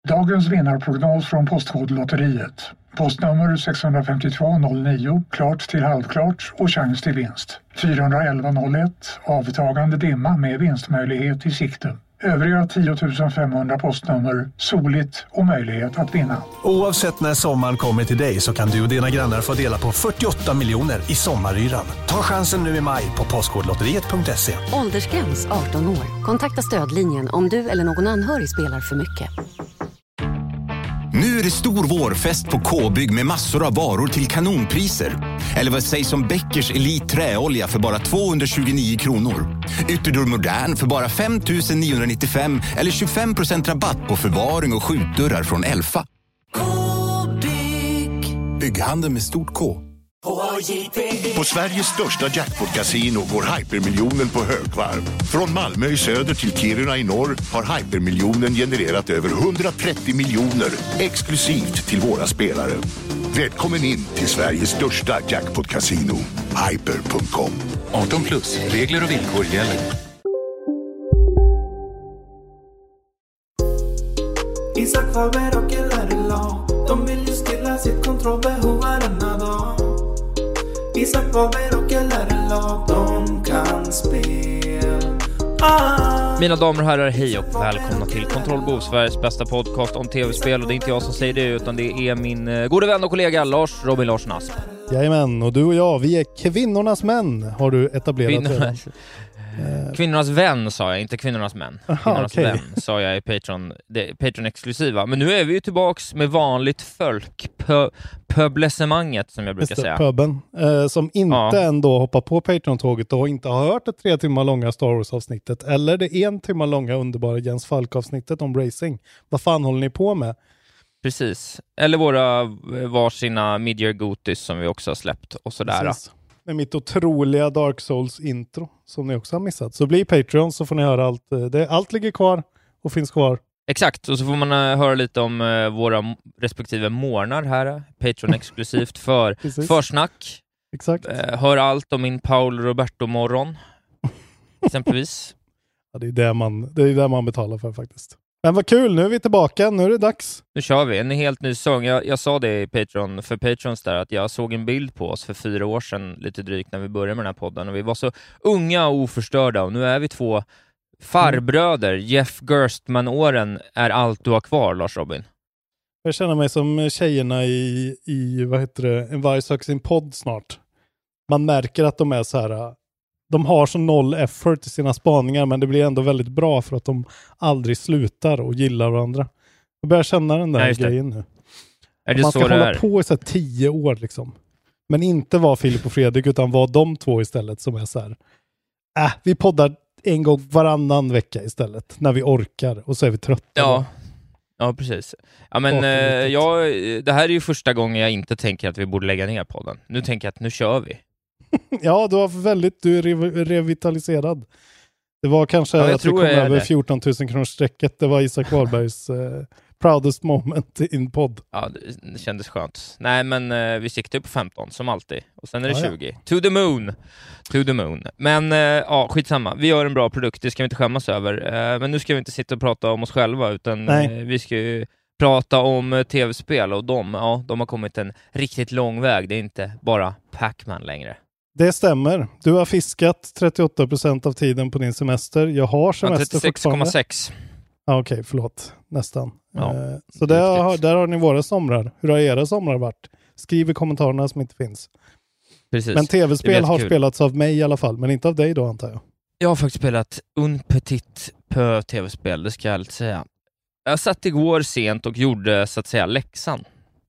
Dagens vinnarprognos från Postkodlotteriet. Postnummer 65209, klart till halvklart och chans till vinst. 41101, avtagande dimma med vinstmöjlighet i sikte. Övriga 10 500 postnummer, soligt och möjlighet att vinna. Oavsett när sommaren kommer till dig så kan du och dina grannar få dela på 48 miljoner i sommaryran. Ta chansen nu i maj på postkodlotteriet.se. Åldersgräns 18 år. Kontakta stödlinjen om du eller någon anhörig spelar för mycket. Nu är det stor vårfest på K-bygg med massor av varor till kanonpriser. Eller vad sägs om Bäckers Elite träolja för bara 229 kronor. Ytterdörr Modern för bara 5 995 eller 25% rabatt på förvaring och skjutdörrar från Elfa. K-bygg. Bygghandeln med stort K. På Sveriges största jackpot-casino går hypermiljonen på högvarv. Från Malmö i söder till Kiruna i norr har hypermiljonen genererat över 130 miljoner exklusivt till våra spelare. Välkommen in till Sveriges största jackpot-casino, hyper.com. 18+, regler och villkor gäller. Isak Faber och LRLA, de vill ju stilla sitt kontrollbehov varenda dag. Isak Faber och LRLA, de kan spela. Mina damer och herrar, hej och välkomna till Kontrollbehov, Sveriges bästa podcast om tv-spel. Och det är inte jag som säger det, utan det är min gode vän och kollega Robin Larsson Asp. Jajamän, och du och jag, vi är kvinnornas män, har du etablerat. Kvinnornas vän sa jag, inte kvinnornas män. Kvinnornas vän sa jag i Patreon-exklusiva. Men nu är vi ju tillbaks med vanligt folk, pöblesemanget som jag brukar säga. Pöben, som inte ändå hoppar på Patreon-tåget och inte har hört det 3 timmar långa Star Wars-avsnittet. Eller det 1 timmar långa underbara Jens Falk-avsnittet om racing. Vad fan håller ni på med? Precis. Eller våra varsina Midyear Gotis som vi också har släppt och sådär. Precis. Med mitt otroliga Dark Souls-intro som ni också har missat. Så bli Patreon så får ni höra allt. Allt ligger kvar och finns kvar. Exakt, och så får man höra lite om våra respektive morgnar här. Patreon-exklusivt för försnack. Exakt. Hör allt om min Paul Roberto-morgon. Exempelvis. Ja, det är det man betalar för faktiskt. Men vad kul, nu är vi tillbaka, nu är det dags. Nu kör vi, en helt ny säsong. Jag sa det i Patreon, för Patrons där, att jag såg en bild på oss för 4 år sedan, lite drygt, när vi började med den här podden. Och vi var så unga och oförstörda, och nu är vi 2 farbröder. Jeff Gerstman-åren är allt du har kvar, Lars Robin. Jag känner mig som tjejerna i vad heter det, En varg söker sin podd snart. Man märker att de är så här... De har så noll effort i sina spaningar, men det blir ändå väldigt bra för att de aldrig slutar och gillar varandra. Jag börjar känna den där grejen nu. Är det man så ska det hålla är? på i så 10 år liksom. Men inte vara Filip och Fredrik, utan vara de 2 istället som är så här. Vi poddar en gång varannan vecka istället, när vi orkar, och så är vi trötta. Ja, precis. Ja, men det här är ju första gången jag inte tänker att vi borde lägga ner podden. Nu tänker jag att nu kör vi. Ja, du är revitaliserad. Det var kanske att vi kom över 14 000 kronors sträcket. Det var Isak Wahlbergs proudest moment in podd. Ja, det kändes skönt. Nej, men vi siktar på 15 som alltid. Och sen är det 20. To the moon. Men skitsamma. Vi gör en bra produkt. Det ska vi inte skämmas över. Men nu ska vi inte sitta och prata om oss själva, utan vi ska ju prata om tv-spel, och de har kommit en riktigt lång väg. Det är inte bara Pac-Man längre. Det stämmer. Du har fiskat 38% av tiden på din semester. Jag har semester 36,6. Okej, förlåt. Nästan. Så där har ni våra somrar. Hur har era somrar varit? Skriv i kommentarerna som inte finns. Precis. Men tv-spel har spelats av mig i alla fall, men inte av dig då, antar jag. Jag har faktiskt spelat un petit peu tv-spel, det ska jag alltid säga. Jag satt igår sent och gjorde, så att säga, läxan.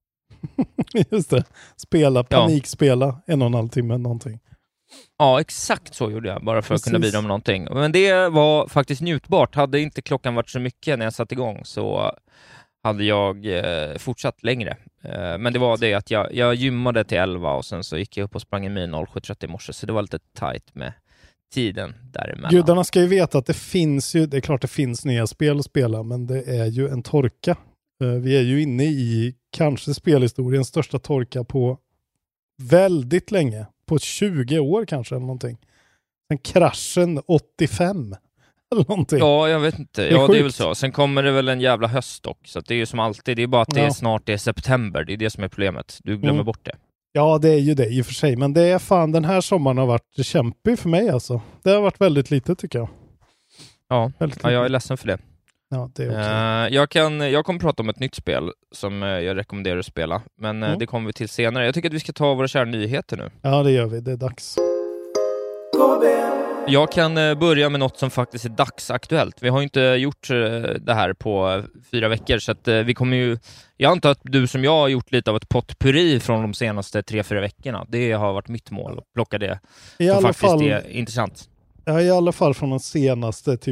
Just det. Panikspela 1,5 timme någonting. Ja, exakt så gjorde jag, bara för att kunna bidra med någonting. Men det var faktiskt njutbart. Hade inte klockan varit så mycket när jag satt igång, så hade jag fortsatt längre. Men det var det att jag gymmade till 11 och sen så gick jag upp och sprang i min 07:30 i morse, så det var lite tajt med tiden däremellan. Gudarna ska ju veta att det finns ju, det är klart det finns nya spel att spela, men det är ju en torka. Vi är ju inne i kanske spelhistoriens största torka på väldigt länge. På 20 år kanske eller någonting. Sen kraschen 85. eller någonting. Ja, jag vet inte. Det Ja, det är väl så. Sen kommer det väl en jävla höst dock. Så att det är ju som alltid. Det är bara att det är snart det är september. Det är det som är problemet. Du glömmer bort det. Ja, det är ju det i och för sig. Men det är fan, den här sommaren har varit kämpig för mig alltså. Det har varit väldigt lite tycker jag. Ja, jag är ledsen för det. Ja, det är okay. Jag kommer prata om ett nytt spel som jag rekommenderar att spela. Men det kommer vi till senare. Jag tycker att vi ska ta våra kära nyheter nu. Ja, det gör vi. Det är dags. Jag kan börja med något som faktiskt är dagsaktuellt. Vi har ju inte gjort det här på 4 veckor, så att vi kommer ju... Jag antar att du som jag har gjort lite av ett potpurri från de senaste 3-4 veckorna. Det har varit mitt mål att plocka det som faktiskt är intressant. Ja, i alla fall från den senaste typ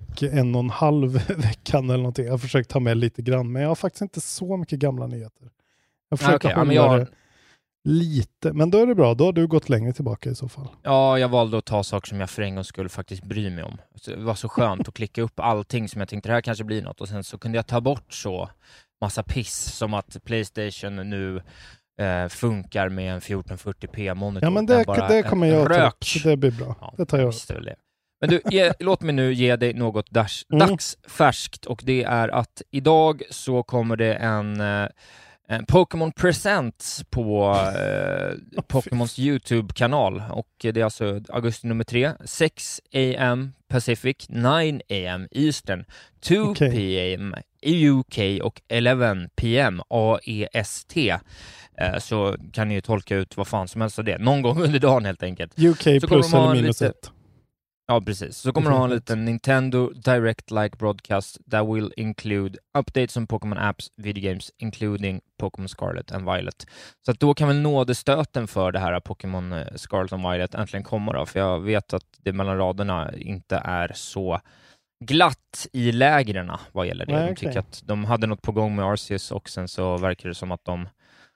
1,5 veckan eller någonting. Jag har försökt ta med lite grann, men jag har faktiskt inte så mycket gamla nyheter. Jag försöker hålla det lite, men då är det bra. Då har du gått längre tillbaka i så fall. Ja, jag valde att ta saker som jag för en gång skulle faktiskt bry mig om. Så det var så skönt att klicka upp allting som jag tänkte det här kanske blir något, och sen så kunde jag ta bort så massa piss som att PlayStation nu funkar med en 1440p-monitor. Ja, men det kommer jag ta upp, så det blir bra. Ja, det tar jag upp. Men du, låt mig nu ge dig något dagsfärskt, och det är att idag så kommer det en Pokémon Present på Pokémons YouTube-kanal, och det är alltså augusti nummer 3, 6 AM Pacific, 9 AM Eastern, 2 PM UK och 11 PM AEST. Så kan ni ju tolka ut vad fan som helst av det. Någon gång under dagen helt enkelt. UK så plus eller minus 1. Ja, precis. Så kommer de ha en liten Nintendo Direct-like broadcast that will include updates on Pokémon apps, video games, including Pokémon Scarlet and Violet. Så att då kan väl nådestöten för det här Pokémon Scarlet and Violet äntligen komma då. För jag vet att det mellan raderna inte är så glatt i lägrena vad gäller det. De tycker att de hade något på gång med Arceus, och sen så verkar det som att de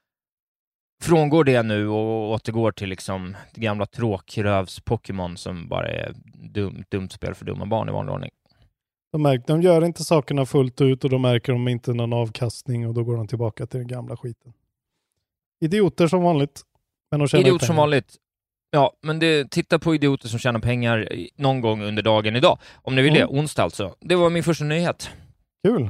frångår det nu och återgår till liksom det gamla tråkrövs Pokémon som bara är dumt spel för dumma barn i vanlig ordning. De gör inte sakerna fullt ut, och de märker de inte någon avkastning, och då går de tillbaka till den gamla skiten. Idioter som vanligt. Men idioter som vanligt. Ja, men titta på idioter som tjänar pengar någon gång under dagen idag. Om ni vill det, onsdag alltså. Det var min första nyhet. Kul.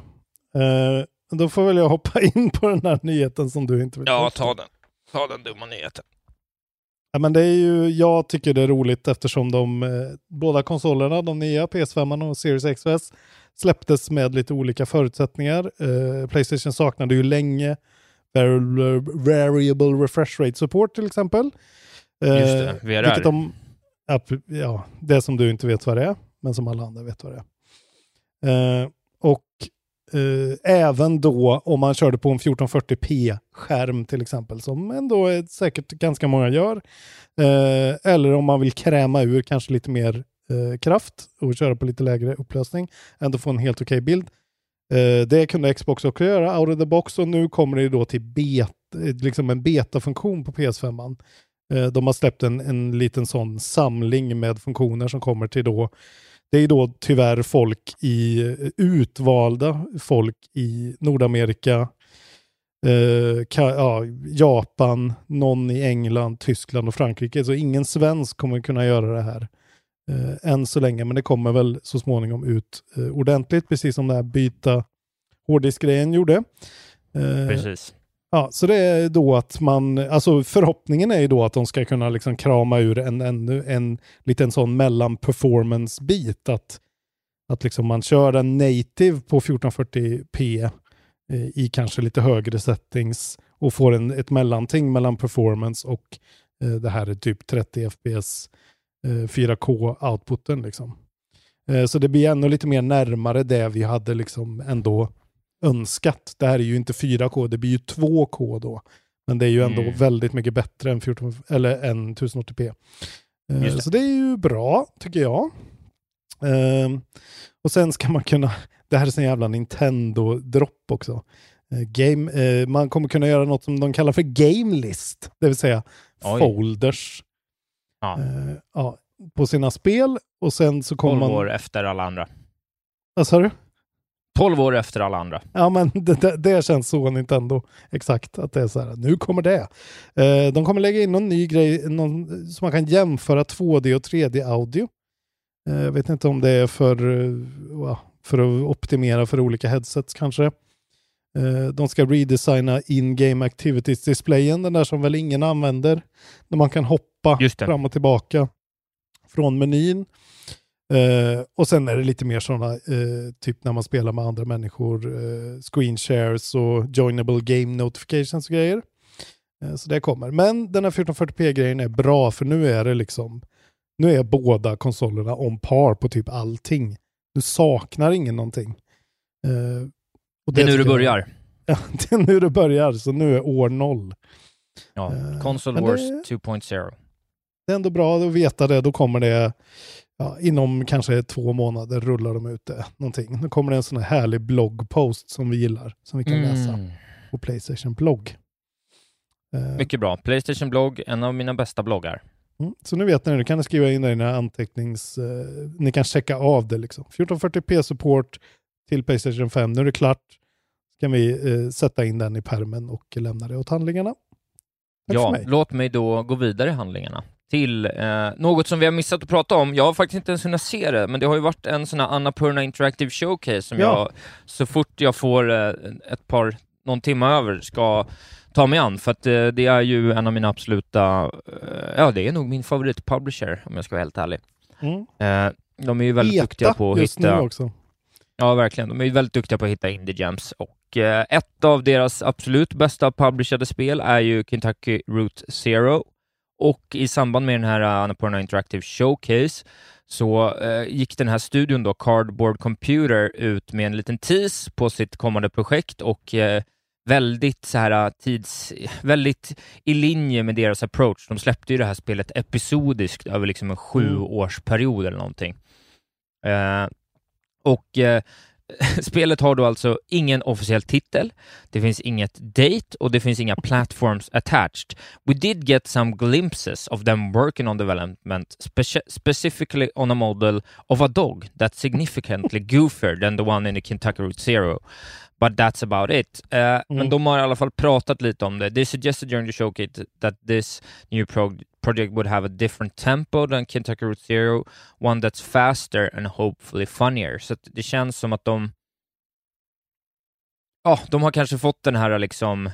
Då får väl jag hoppa in på den här nyheten som du inte vill. Ja, ta den dumma nyheten. Ja, men det är ju, jag tycker det är roligt eftersom båda konsolerna, de nya PS5 och Series XS, släpptes med lite olika förutsättningar. PlayStation saknade ju länge variable refresh rate support till exempel. Just det, VRR. Det som du inte vet vad det är, men som alla andra vet vad det är. Och även då om man körde på en 1440p-skärm till exempel, som ändå är säkert ganska många gör, eller om man vill kräma ur kanske lite mer kraft och köra på lite lägre upplösning, ändå få en helt okej bild. Det kunde Xbox också göra out of the box, och nu kommer det då till liksom en beta-funktion på PS5. De har släppt en liten sån samling med funktioner som kommer till då. Det är då tyvärr utvalda folk i Nordamerika, Japan, någon i England, Tyskland och Frankrike. Så ingen svensk kommer kunna göra det här än så länge. Men det kommer väl så småningom ut ordentligt, precis som det här byta hårddiskgrejen gjorde. Precis. Ja, så det är då att förhoppningen är ju då att de ska kunna liksom krama ur en liten sån mellan-performance-bit. Att liksom man kör den native på 1440p i kanske lite högre settings och får ett mellanting mellan performance och det här är typ 30 fps 4K-outputen liksom. Så det blir ännu lite mer närmare det vi hade liksom ändå önskat. Det här är ju inte 4K, det blir ju 2K då. Men det är ju ändå väldigt mycket bättre än 1080p. Så det är ju bra, tycker jag. Och sen ska man kunna, det här är sån jävla Nintendo-dropp också. Man kommer kunna göra något som de kallar för game list, det vill säga folders på sina spel, och sen så kommer 12 år efter alla andra. Vad sa du? 12 år efter alla andra. Ja, men det känns så Nintendo. Exakt, att det är så här, nu kommer det. De kommer lägga in någon ny grej så man kan jämföra 2D och 3D-audio. Jag vet inte om det är för att optimera för olika headsets kanske. De ska redesigna in-game activities-displayen, den där som väl ingen använder. Där man kan hoppa fram och tillbaka från menyn. Och sen är det lite mer sådana, typ när man spelar med andra människor, screen shares och joinable game notifications och grejer. Så det kommer. Men den här 1440p-grejen är bra, för nu är det liksom, nu är båda konsolerna on par på typ allting. Nu saknar ingen någonting. Och det är nu det börjar. Ja, det är nu det börjar, så nu är år 0. Ja, Console Wars 2.0. Det är ändå bra att veta det. Då kommer det inom kanske 2 månader rullar de ut det någonting. Då kommer det en sån här härlig bloggpost som vi gillar, som vi kan läsa på PlayStation blogg. Mycket bra. PlayStation blogg, en av mina bästa bloggar. Så nu vet ni, nu kan ni skriva in det i dina ni kan checka av det liksom. 1440p support till PlayStation 5. Nu är det klart. Kan vi sätta in den i pärmen och lämna det åt handlingarna. Låt mig då gå vidare i handlingarna till något som vi har missat att prata om. Jag har faktiskt inte ens hunnit se det, men det har ju varit en sån här Annapurna Interactive Showcase som jag, så fort jag får någon timme över, ska ta mig an, för att det är ju en av mina absoluta, det är nog min favoritpublisher om jag ska vara helt ärlig. De är ju väldigt duktiga på att hitta också. Ja, verkligen. De är ju väldigt duktiga på att hitta indie gems, och ett av deras absolut bästa publicerade spel är ju Kentucky Route Zero, och i samband med den här Annapurna Interactive Showcase så gick den här studion då, Cardboard Computer, ut med en liten tease på sitt kommande projekt, och väldigt så här väldigt i linje med deras approach. De släppte ju det här spelet episodiskt över liksom en 7-årsperiod eller någonting. Spelet har då alltså ingen officiell titel, det finns inget date och det finns inga platforms attached. We did get some glimpses of them working on development, specifically on a model of a dog that's significantly goofier than the one in the Kentucky Route Zero. But that's about it. Men de har i alla fall pratat lite om det. They suggested during the showcase that this new project would have a different tempo than Kentucky Route Zero, one that's faster and hopefully funnier. Så det känns som att de har kanske fått den här liksom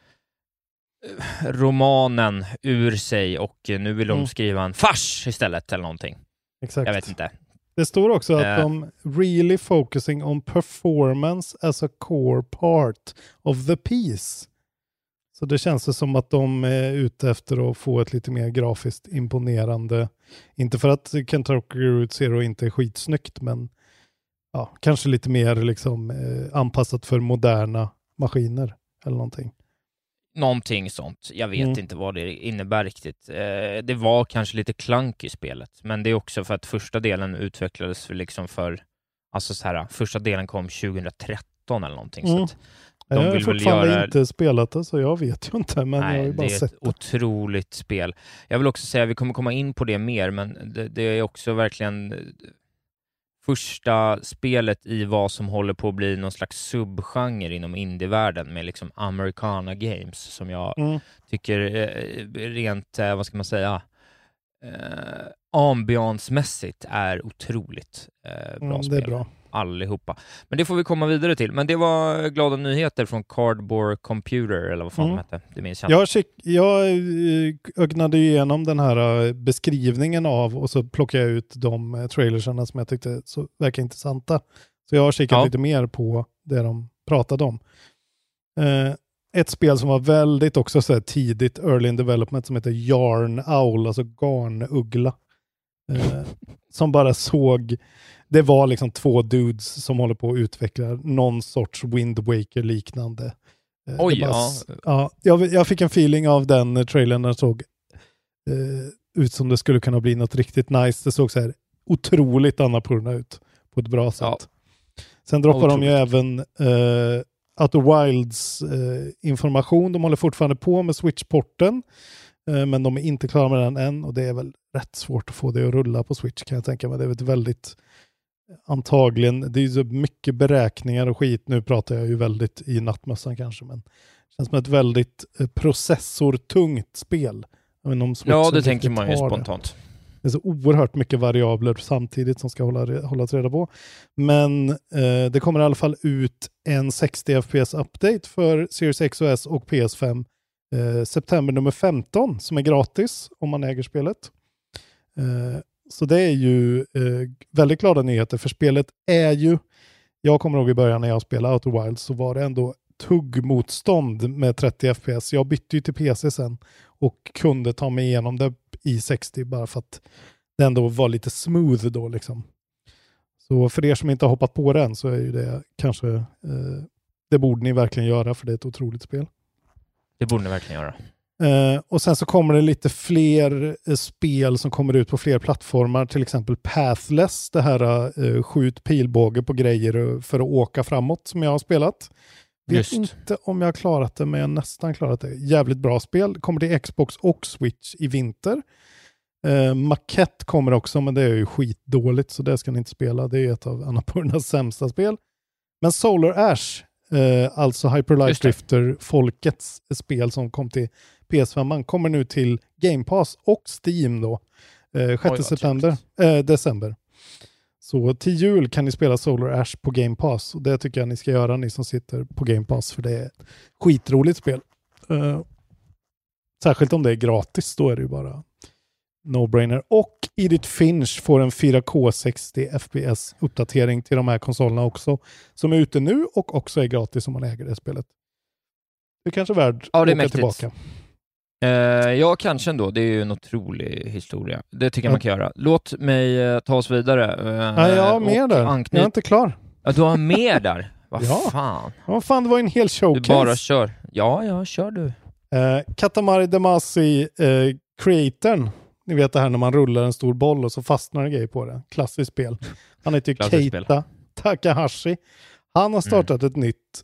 romanen ur sig, och nu vill de skriva en fars istället eller någonting. Exakt. Jag vet inte. Det står också att de really focusing on performance as a core part of the piece. Så det känns som att de är ute efter att få ett lite mer grafiskt imponerande. Inte för att Kentucky Route Zero inte är skitsnyggt, men kanske lite mer liksom anpassat för moderna maskiner eller någonting. Någonting sånt. Jag vet inte vad det innebär riktigt. Det var kanske lite klank i spelet, men det är också för att första delen utvecklades liksom första delen kom 2013 eller någonting. Så att jag har fortfarande inte spelat det, så jag vet ju inte, men jag har ju bara sett det. Det är ett otroligt spel. Jag vill också säga, vi kommer komma in på det mer, men det är också verkligen första spelet i vad som håller på att bli någon slags subgenre inom indievärlden med liksom Americana Games, som jag tycker rent, vad ska man säga, ambiansmässigt är otroligt bra spel. Det är bra. Allihopa. Men det får vi komma vidare till. Men det var glada nyheter från Cardboard Computer, eller vad fan de hette. Det minns jag ögnade igenom den här beskrivningen av, och så plockade jag ut de trailersarna som jag tyckte så verkar intressanta. Så jag har kikat lite mer på det de pratade om. Ett spel som var väldigt också så här tidigt early in development, som heter Yarn Owl, alltså garnuggla. Som bara såg, det var liksom 2 dudes som håller på att utveckla någon sorts Wind Waker liknande. Jag fick en feeling av den trailern när det såg ut som det skulle kunna bli något riktigt nice. Det såg så här otroligt Annapurna ut på ett bra sätt. Sen droppar de ju även Outer Wilds information. De håller fortfarande på med Switch-porten, men de är inte klara med den än, och det är väl rätt svårt att få det att rulla på Switch, kan jag tänka mig. Det är ett väldigt, antagligen, det är ju så mycket beräkningar och skit. Nu pratar jag ju väldigt i nattmössan kanske, men det känns som ett väldigt processortungt spel. Det tänker man ju spontant. Det är så oerhört mycket variabler samtidigt som ska hållas reda på. Men det kommer i alla fall ut en 60 FPS-update för Series X och S och PS5 september nummer 15 som är gratis om man äger spelet. Så det är ju väldigt glada nyheter, för spelet är ju, jag kommer ihåg i början när jag spelade Outer Wilds så var det ändå tuggmotstånd med 30 FPS. Jag bytte ju till PC sen och kunde ta mig igenom det i 60 bara för att det ändå var lite smooth då liksom. Så för er som inte har hoppat på den så är ju det kanske det borde ni verkligen göra, för det är ett otroligt spel. Det borde ni verkligen göra. Och sen så kommer det lite fler spel som kommer ut på fler plattformar, till exempel Pathless, det här skjut pilbåge på grejer för att åka framåt som jag har spelat. Vet inte om jag har klarat det, men jag har nästan klarat det. Jävligt bra spel. Kommer till Xbox och Switch i vinter. Maquette kommer också, men det är ju skitdåligt så det ska ni inte spela. Det är ett av Annapurnas sämsta spel. Men Solar Ash, alltså Hyper Light Drifter, folkets spel som kom till PS5, man kommer nu till Game Pass och Steam då. 6 december. Så till jul kan ni spela Solar Ash på Game Pass. Och det tycker jag ni ska göra, ni som sitter på Game Pass, för det är ett skitroligt spel. Särskilt om det är gratis, då är det ju bara no-brainer. Och Edith Finch får en 4K 60 FPS-uppdatering till de här konsolerna också, som är ute nu och också är gratis om man äger det spelet. Det är kanske värt att åka tillbaka. Ja, kanske ändå. Det är ju en otrolig historia. Det tycker jag man kan göra. Låt mig ta oss vidare. Jag har mer där. Jag är inte klar. Ja, du har mer där? Vad fan? Vad fan, det var en hel showcase. Du bara kör. Ja, kör du. Katamari Damacy Creatorn. Ni vet det här när man rullar en stor boll och så fastnar en grej på det. Klassiskt spel. Han heter ju Keita Takahashi. Han har startat ett nytt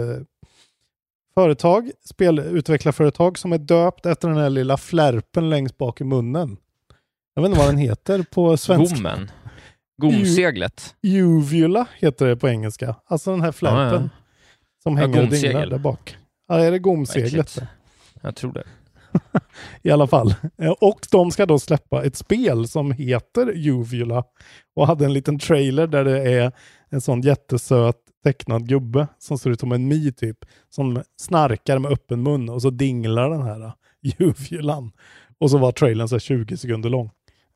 företag, spelutvecklarföretag, som är döpt efter den här lilla flärpen längst bak i munnen. Jag vet inte vad den heter på svenska. Gomseglet. Uvula heter det på engelska. Alltså den här flärpen som hänger och dinglar där bak. Ja, är det gomseglet? Jag tror det. I alla fall. Och de ska då släppa ett spel som heter Uvula och hade en liten trailer där det är en sån jättesöt tecknad gubbe som ser ut som en mi typ, som snarkar med öppen mun och så dinglar den här Uvulan. Och så var trailern så 20 sekunder lång.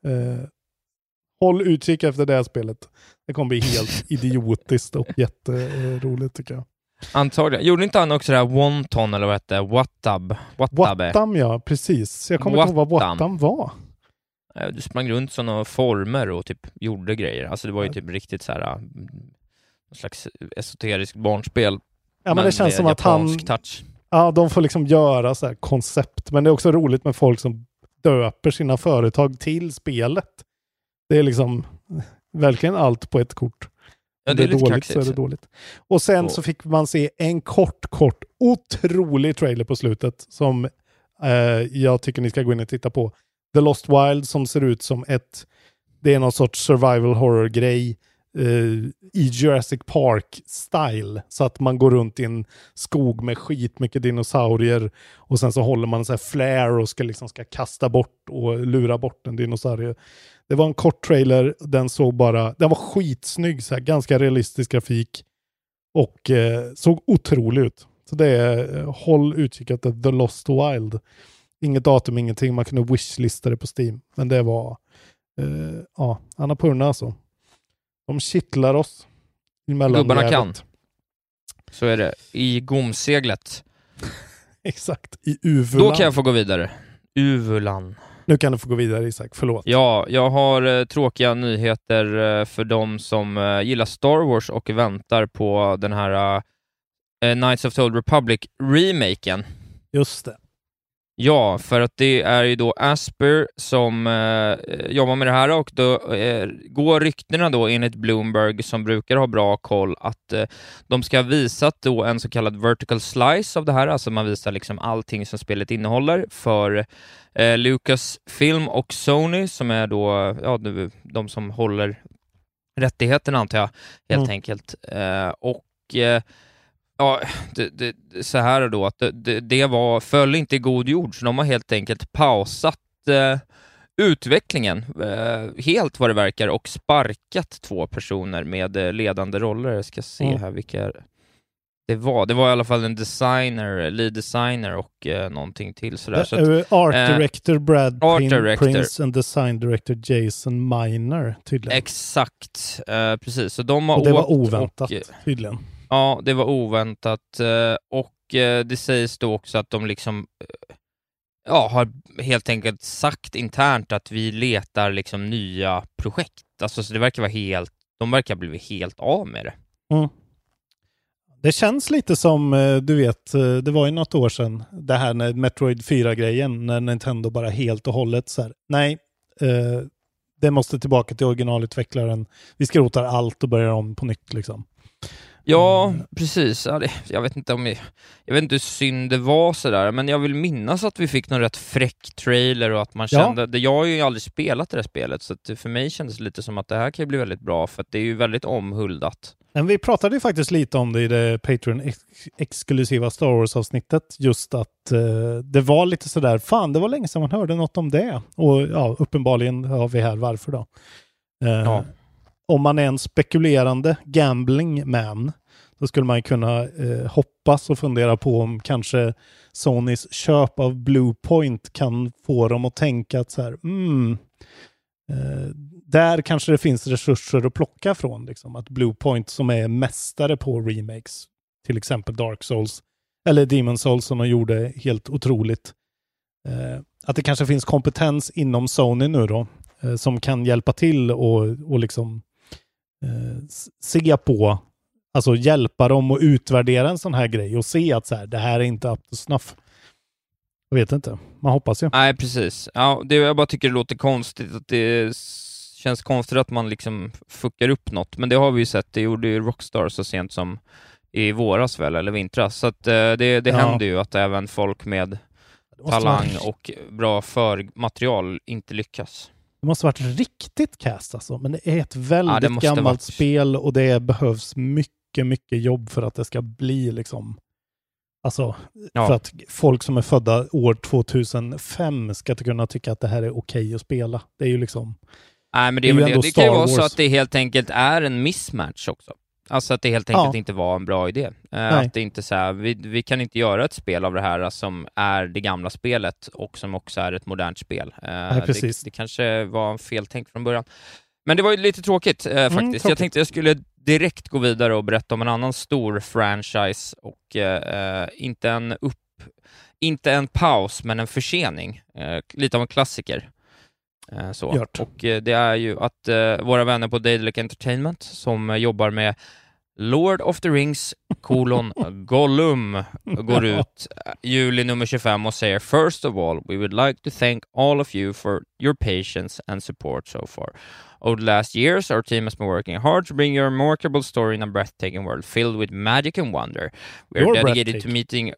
Håll utkik efter det här spelet. Det kommer bli helt idiotiskt och jätteroligt tycker jag. Antagligen. Gjorde inte han också det här Wonton eller vad hette det? Wattam, ja, precis. Jag kommer inte ihåg vad Wattam var. Du sprang runt sådana former och typ gjorde grejer. Alltså det var ju typ riktigt så här en slags esoterisk barnspel. Ja, men det känns som att han touch. Ja, de får liksom göra så här koncept, men det är också roligt med folk som döper sina företag till spelet. Det är liksom verkligen allt på ett kort. Ja, det är lite dåligt kaxigt. så är det dåligt. Och sen så fick man se en kort otrolig trailer på slutet som jag tycker ni ska gå in och titta på. The Lost Wild, som ser ut som det är någon sorts survival horror grej i Jurassic Park style, så att man går runt i en skog med skitmycket dinosaurier och sen så håller man en sån här flare och ska kasta bort och lura bort en dinosaurie. Det var en kort trailer, den var skitsnygg, så här, ganska realistisk grafik och såg otrolig ut. Så det är, håll utkik efter The Lost Wild. Inget datum, ingenting, man kunde wishlista det på Steam, men det var Annapurna alltså. De kittlar oss emellan. Gubbarna kan. Så är det. I gomseglet. Exakt. I Uvulan. Då kan jag få gå vidare. Uvulan. Nu kan du få gå vidare, Isak. Förlåt. Ja, jag har tråkiga nyheter för de som gillar Star Wars och väntar på den här Knights of the Old Republic-remaken. Just det. Ja, för att det är ju då Asper som jobbar med det här, och då går ryktena då enligt Bloomberg, som brukar ha bra koll, att de ska ha visat då en så kallad vertical slice av det här, alltså man visar liksom allting som spelet innehåller för Lucasfilm och Sony, som är då de som håller rättigheten, antar jag, helt enkelt. Ja, så här då, att det föll inte i god jord, så de har helt enkelt pausat utvecklingen helt vad det verkar och sparkat 2 personer med ledande roller. Jag ska se här vilka det var i alla fall en lead designer och någonting till sådär. Art director Brad Prince and design director Jason Miner tydligen. Exakt, precis. Så de har och det var oväntat tydligen. Ja, det var oväntat och det sägs då också att de liksom har helt enkelt sagt internt att vi letar liksom nya projekt. Alltså så det verkar vara de verkar ha blivit helt av med det. Mm. Det känns lite som, du vet, det var ju något år sedan det här med Metroid 4-grejen när Nintendo bara helt och hållet så här, nej, det måste tillbaka till originalutvecklaren. Vi skrotar allt och börjar om på nytt liksom. Ja, precis. Ja, jag vet inte hur synd det var sådär, men jag vill minnas att vi fick någon rätt fräck trailer och att man kände, jag har ju aldrig spelat det här spelet så att för mig kändes det lite som att det här kan bli väldigt bra för att det är ju väldigt omhuldat. Men vi pratade ju faktiskt lite om det i det Patreon-exklusiva Star Wars-avsnittet. Just att det var lite sådär, fan det var länge sedan man hörde något om det. Och ja, uppenbarligen har vi här varför då. Om man är en spekulerande gambling man så skulle man kunna hoppas och fundera på om kanske Sonys köp av Bluepoint kan få dem att tänka att så här, där kanske det finns resurser att plocka från. Liksom. Att Bluepoint som är mästare på remakes, till exempel Dark Souls eller Demon Souls som de gjorde helt otroligt. Att det kanske finns kompetens inom Sony nu då som kan hjälpa till och liksom se på, alltså hjälpa dem att utvärdera en sån här grej och se att så här, det här är inte up to snuff. Jag vet inte. Man hoppas ju. Nej, precis. Ja, jag bara tycker det låter konstigt att det känns konstigt att man liksom fuckar upp något. Men det har vi ju sett. Det gjorde ju Rockstar så sent som i våras väl, eller vintras. Så att det händer ju att även folk med talang och bra förmaterial inte lyckas. Det måste varit riktigt cast alltså. Men det är ett väldigt gammalt spel och det behövs mycket, mycket jobb för att det ska bli liksom... Alltså, för att folk som är födda år 2005 ska inte kunna tycka att det här är okej att spela. Det är ju liksom... Nej, men det kan ju vara så att det helt enkelt är en mismatch också. Alltså att det helt enkelt inte var en bra idé. Att det inte så här, vi kan inte göra ett spel av det här som är det gamla spelet och som också är ett modernt spel. Det kanske var en feltänk från början. Men det var ju lite tråkigt faktiskt. Tråkigt. Jag tänkte jag skulle direkt gå vidare och berätta om en annan stor franchise och inte en paus men en försening. Lite av en klassiker. Och det är ju att våra vänner på Daedalic Entertainment som jobbar med Lord of the Rings Gollum går ut juli nummer 25 och säger First of all, we would like to thank all of you for your patience and support so far. Over the last years, our team has been working hard to bring you a remarkable story in a breathtaking world filled with magic and wonder. We're dedicated to meeting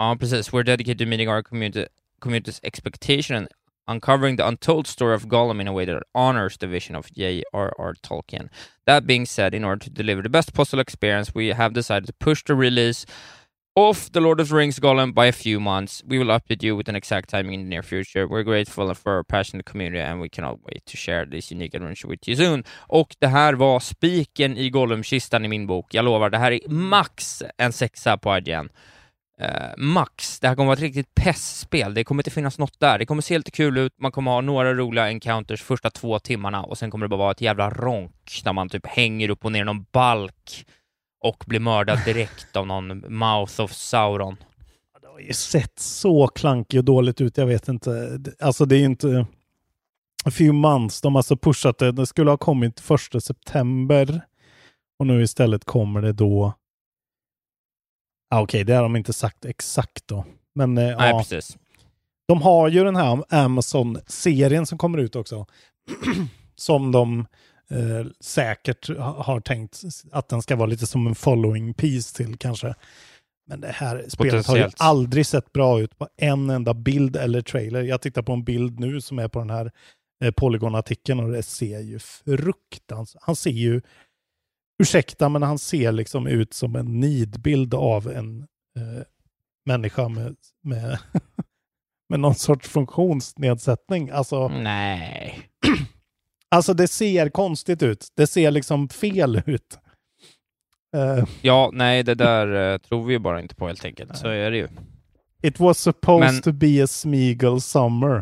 our community's expectation and uncovering the untold story of Gollum in a way that honors the vision of J.R.R. Tolkien. That being said, in order to deliver the best possible experience, we have decided to push the release of The Lord of the Rings Gollum by a few months. We will update you with an exact timing in the near future. We're grateful for our passionate community and we cannot wait to share this unique adventure with you soon. Och det här var spiken i Gollum-kistan i min bok. Jag lovar, det här är max en 6 på IGN. Max. Det här kommer vara ett riktigt PES-spel. Det kommer inte finnas något där. Det kommer se lite kul ut. Man kommer ha några roliga encounters första 2 timmarna och sen kommer det bara vara ett jävla ronk när man typ hänger upp och ner någon balk och blir mördad direkt av någon Mouth of Sauron. Det har ju sett så klankigt och dåligt ut. Jag vet inte. Alltså det är ju inte a few months. De har alltså pushat det. Det skulle ha kommit 1 september och nu istället kommer det då. Okej, det har de inte sagt exakt då. Men nej, precis. De har ju den här Amazon-serien som kommer ut också. Som de säkert har tänkt att den ska vara lite som en following piece till kanske. Men det här spelet har ju aldrig sett bra ut på en enda bild eller trailer. Jag tittar på en bild nu som är på den här Polygon-artikeln och det ser ju fruktansvärt. Han ser ju ursäkta, men han ser liksom ut som en nidbild av en människa med med någon sorts funktionsnedsättning. Alltså, nej. Alltså det ser konstigt ut. Det ser liksom fel ut. Ja, nej, det där tror vi ju bara inte på helt enkelt. Så är det ju. It was supposed to be a Smeagol summer.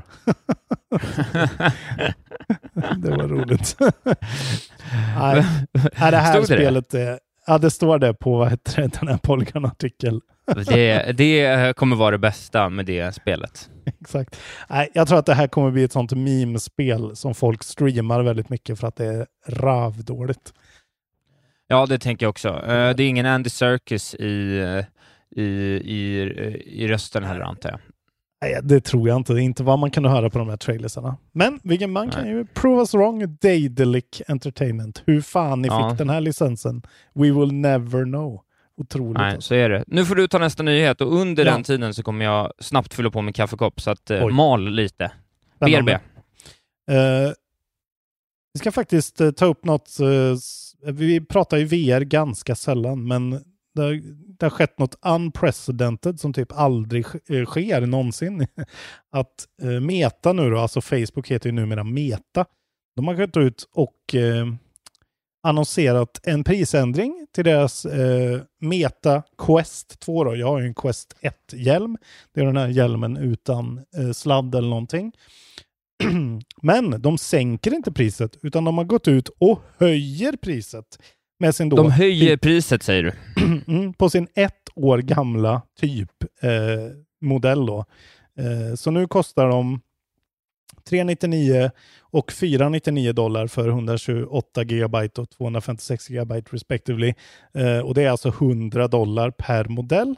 Det var roligt. Nej, det här spelet är... Ja, det står det på den här Polygon-artikeln. Det kommer vara det bästa med det spelet. Exakt. Nej, jag tror att det här kommer bli ett sånt meme-spel som folk streamar väldigt mycket för att det är ravdåligt. Ja, det tänker jag också. Det är ingen Andy Serkis i rösten heller, antar jag. Nej, det tror jag inte. Det är inte vad man kan höra på de här trailersarna. Men man kan ju prove us wrong. Daedalic Entertainment. Hur fan ni fick den här licensen? We will never know. Otroligt. Nej, så är det. Nu får du ta nästa nyhet och under den tiden så kommer jag snabbt fylla på min kaffekopp så att mal lite. BRB. Vi ska faktiskt ta upp något. Vi pratar ju VR ganska sällan, men det har skett något unprecedented som typ aldrig sker någonsin. Att Meta nu då, alltså Facebook heter ju numera Meta. De har gått ut och annonserat en prisändring till deras Meta Quest 2 då. Jag har ju en Quest 1-hjälm. Det är den här hjälmen utan sladd eller någonting. Men de sänker inte priset utan de har gått ut och höjer priset. Med sin de höjer priset, säger du? På sin 1 år gamla typ modell då. Så nu kostar de $399 och $499 för 128 GB och 256 GB respectively. Och det är alltså $100 per modell.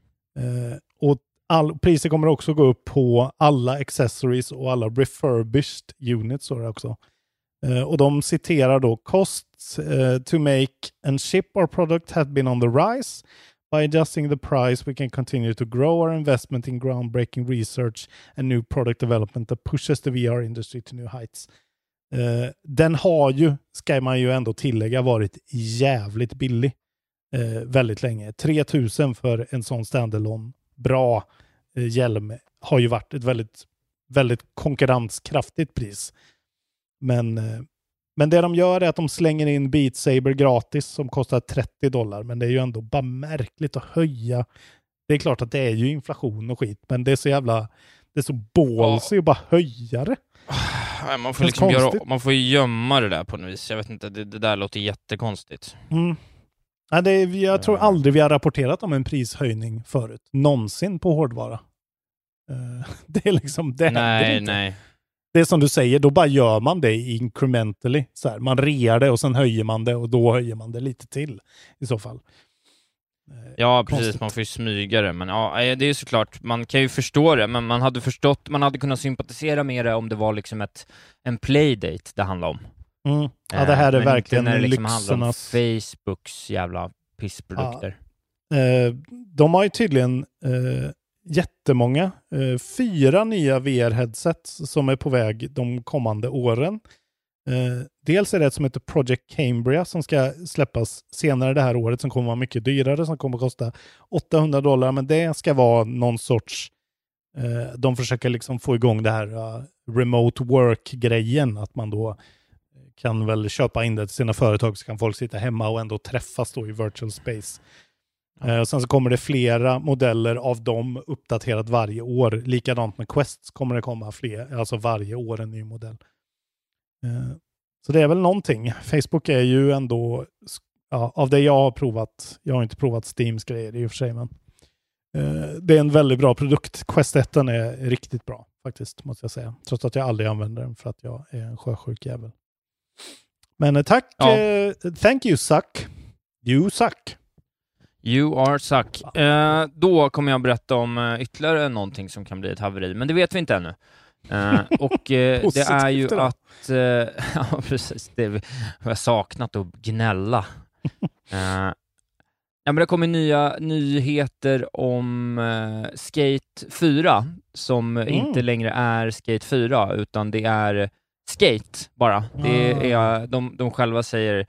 Och priset kommer också gå upp på alla accessories och alla refurbished units också. Och de citerar då costs to make and ship our product have been on the rise. By adjusting the price we can continue to grow our investment in groundbreaking research and new product development that pushes the VR industry to new heights. Den har ju, ska man ju ändå tillägga, varit jävligt billig väldigt länge. 3000 för en sån standalone bra hjälm har ju varit ett väldigt, väldigt konkurrenskraftigt pris. Men det de gör är att de slänger in Beat Saber gratis som kostar $30. Men det är ju ändå bara märkligt att höja. Det är klart att det är ju inflation och skit. Men det är så jävla... Det är så ballsy att bara höja det. Man får liksom man får ju gömma det där på något vis. Jag vet inte, det där låter jättekonstigt. Ja, jag tror aldrig vi har rapporterat om en prishöjning förut. Någonsin på hårdvara. Det är liksom... Det nej. Det är som du säger, då bara gör man det incrementally. Så här, man rear det och sen höjer man det och då höjer man det lite till i så fall. Ja, precis. Konstigt. Man får ju smyga det. Men ja, det är ju såklart, man kan ju förstå det. Men man hade kunnat sympatisera med det om det var liksom en playdate det handlar om. Ja, det här är verkligen när det liksom lyxernas... handlar om Facebooks jävla pissprodukter. Ja. De har ju tydligen... jättemånga. 4 nya VR-headsets som är på väg de kommande åren. Dels är det ett som heter Project Cambria som ska släppas senare det här året som kommer vara mycket dyrare, som kommer att kosta $800, men det ska vara någon sorts de försöker liksom få igång det här remote work-grejen, att man då kan väl köpa in det till sina företag så kan folk sitta hemma och ändå träffas då i virtual space. Sen så kommer det flera modeller av dem uppdaterat varje år. Likadant med Quests kommer det komma fler, alltså varje år en ny modell. Så det är väl någonting. Facebook är ju ändå, av det jag har provat, jag har inte provat Steams grejer i och för sig, men det är en väldigt bra produkt. Quest 1 är riktigt bra faktiskt, måste jag säga. Trots att jag aldrig använder den för att jag är en sjösjuk jävel. Men tack, thank you suck. You suck. You are suck. Då kommer jag berätta om ytterligare någonting som kan bli ett haveri, men det vet vi inte ännu. Och det är ju att ja, precis, det har jag saknat att gnälla. Ja, men det kommer nya nyheter om Skate 4 som inte längre är Skate 4 utan det är Skate bara. Det är, de själva säger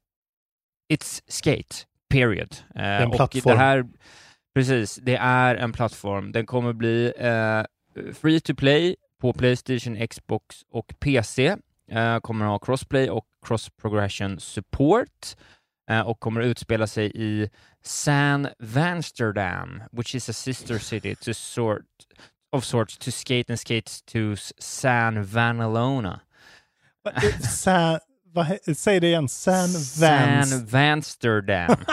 It's Skate, period. En och plattform. det här, precis, det är en plattform. Den kommer bli free to play på PlayStation, Xbox och PC. Kommer ha crossplay och cross progression support. Och kommer att utspela sig i San Vansterdam, which is a sister city of sorts to Skate and Skates 2's San Vanelona. Säg det igen. San Vansterdam.